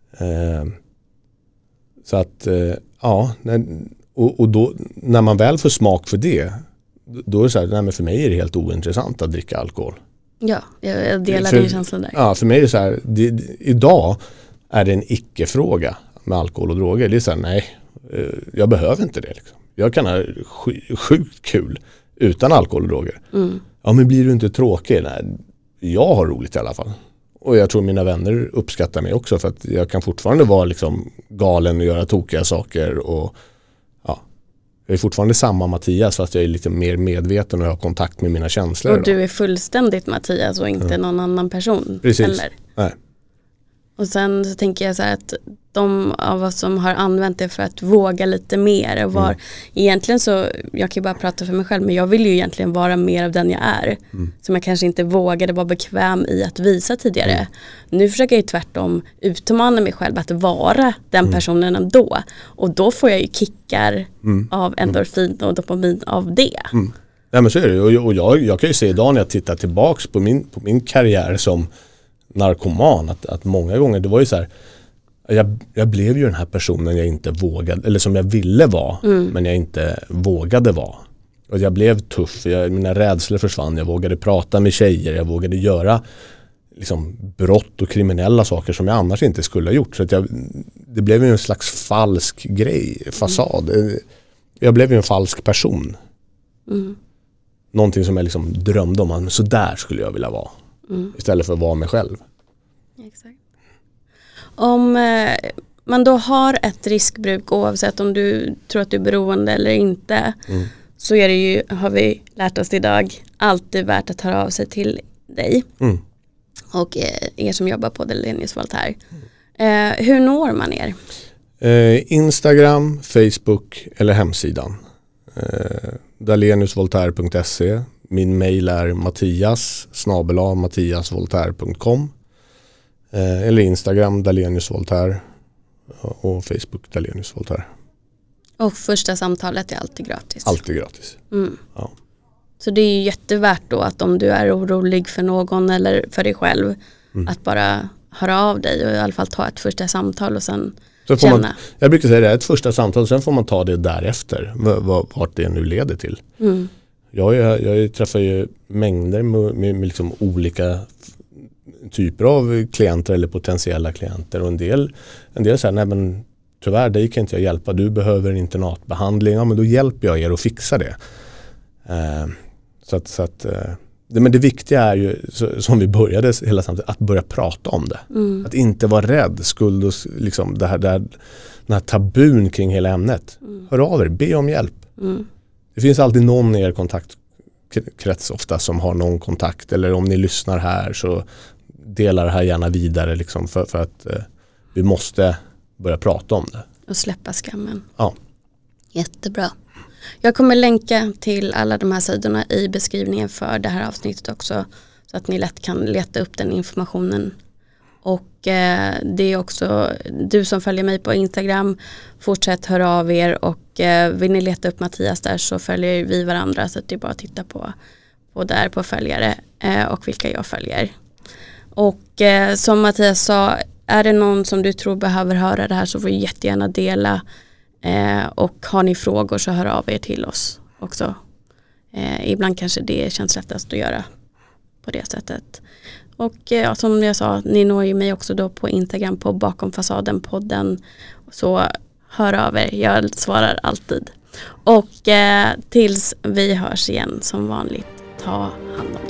Så att, ja, och, och då, när man väl får smak för det, då är det så här, nej, men för mig är det helt ointressant att dricka alkohol. Ja, jag delar din känsla där. Ja, för mig är det så här, det, det, idag är det en icke-fråga med alkohol och droger. Det är så här, nej, jag behöver inte det. Liksom. Jag kan ha sjukt kul utan alkohol och droger. Mm. Ja, men blir du inte tråkig? Nej, jag har roligt i alla fall. Och jag tror mina vänner uppskattar mig också för att jag kan fortfarande vara liksom galen och göra tokiga saker och ja, jag är fortfarande samma Mattias fast jag är lite mer medveten och har kontakt med mina känslor. Och du är fullständigt Mattias och inte mm. någon annan person. Precis. Eller? Nej. Och sen så tänker jag så här att de av oss som har använt det för att våga lite mer och var, mm. egentligen så, jag kan ju bara prata för mig själv, men jag vill ju egentligen vara mer av den jag är. Mm. Som jag kanske inte vågade vara bekväm i att visa tidigare. Mm. Nu försöker jag ju tvärtom utmana mig själv att vara den mm. personen ändå. Och då får jag ju kickar mm. av endorfin och dopamin av det. Mm. Ja, men så är det. Och, och jag, jag kan ju se idag när jag tittar tillbaks på min, på min karriär som narkoman, att, att många gånger det var ju så här, jag, jag blev ju den här personen jag inte vågade, eller som jag ville vara, mm. men jag inte vågade vara. Och jag blev tuff, jag, mina rädslor försvann, jag vågade prata med tjejer, jag vågade göra liksom brott och kriminella saker som jag annars inte skulle ha gjort. Så att jag, det blev ju en slags falsk grej, fasad. Mm. Jag blev ju en falsk person. Mm. Någonting som jag liksom drömde om, så där skulle jag vilja vara. Mm. Istället för att vara mig själv. Exakt. Om eh, man då har ett riskbruk, oavsett om du tror att du är beroende eller inte, mm. så är det ju, har vi lärt oss idag, alltid värt att höra av sig till dig. Mm. Och eh, er som jobbar på Dahlénius Voltaire. Mm. Eh, hur når man er? Eh, Instagram, Facebook eller hemsidan. Eh, dahlénius voltaire punkt se. Min mail är mattias snabel-a mattiasvoltaire punkt com eh, eller Instagram Dahlénius Voltaire och Facebook Dahlénius Voltaire. Och första samtalet är alltid gratis? Alltid gratis. Mm. Ja. Så det är ju jättevärt då att om du är orolig för någon eller för dig själv mm. att bara höra av dig och i alla fall ta ett första samtal och sen så får känna. Man, jag brukar säga det, ett första samtal, sen får man ta det därefter, vart det nu leder till. Mm. Jag, jag, jag träffar ju mängder med, med, med liksom olika typer av klienter eller potentiella klienter och en del, en del säger nej men tyvärr dig kan inte jag hjälpa, du behöver internatbehandling, ja men då hjälper jag er att fixa det. Eh, så att, så att eh, det, men det viktiga är ju så, som vi började hela samtidigt, att börja prata om det. Mm. Att inte vara rädd, skuld och liksom det här, det här, den här tabun kring hela ämnet. Mm. Hör av er, be om hjälp. Mm. Det finns alltid någon i er kontaktkrets ofta som har någon kontakt, eller om ni lyssnar här så delar det här gärna vidare liksom för, för att eh, vi måste börja prata om det. Och släppa skammen. Ja. Jättebra. Jag kommer länka till alla de här sidorna i beskrivningen för det här avsnittet också. Så att ni lätt kan leta upp den informationen. Och eh, det är också du som följer mig på Instagram. Fortsätt höra av er. Och eh, vill ni leta upp Mattias där så följer vi varandra. Så att det är bara att titta på, på där på följare eh, och vilka jag följer. Och eh, som Mattias sa, är det någon som du tror behöver höra det här så får du jättegärna dela. Eh, och har ni frågor så hör av er till oss också. Eh, ibland kanske det känns lättast att göra på det sättet. Och eh, som jag sa, ni når ju mig också då på Instagram på Bakom fasaden-podden. Så hör av er, jag svarar alltid. Och eh, tills vi hörs igen som vanligt, ta hand om er.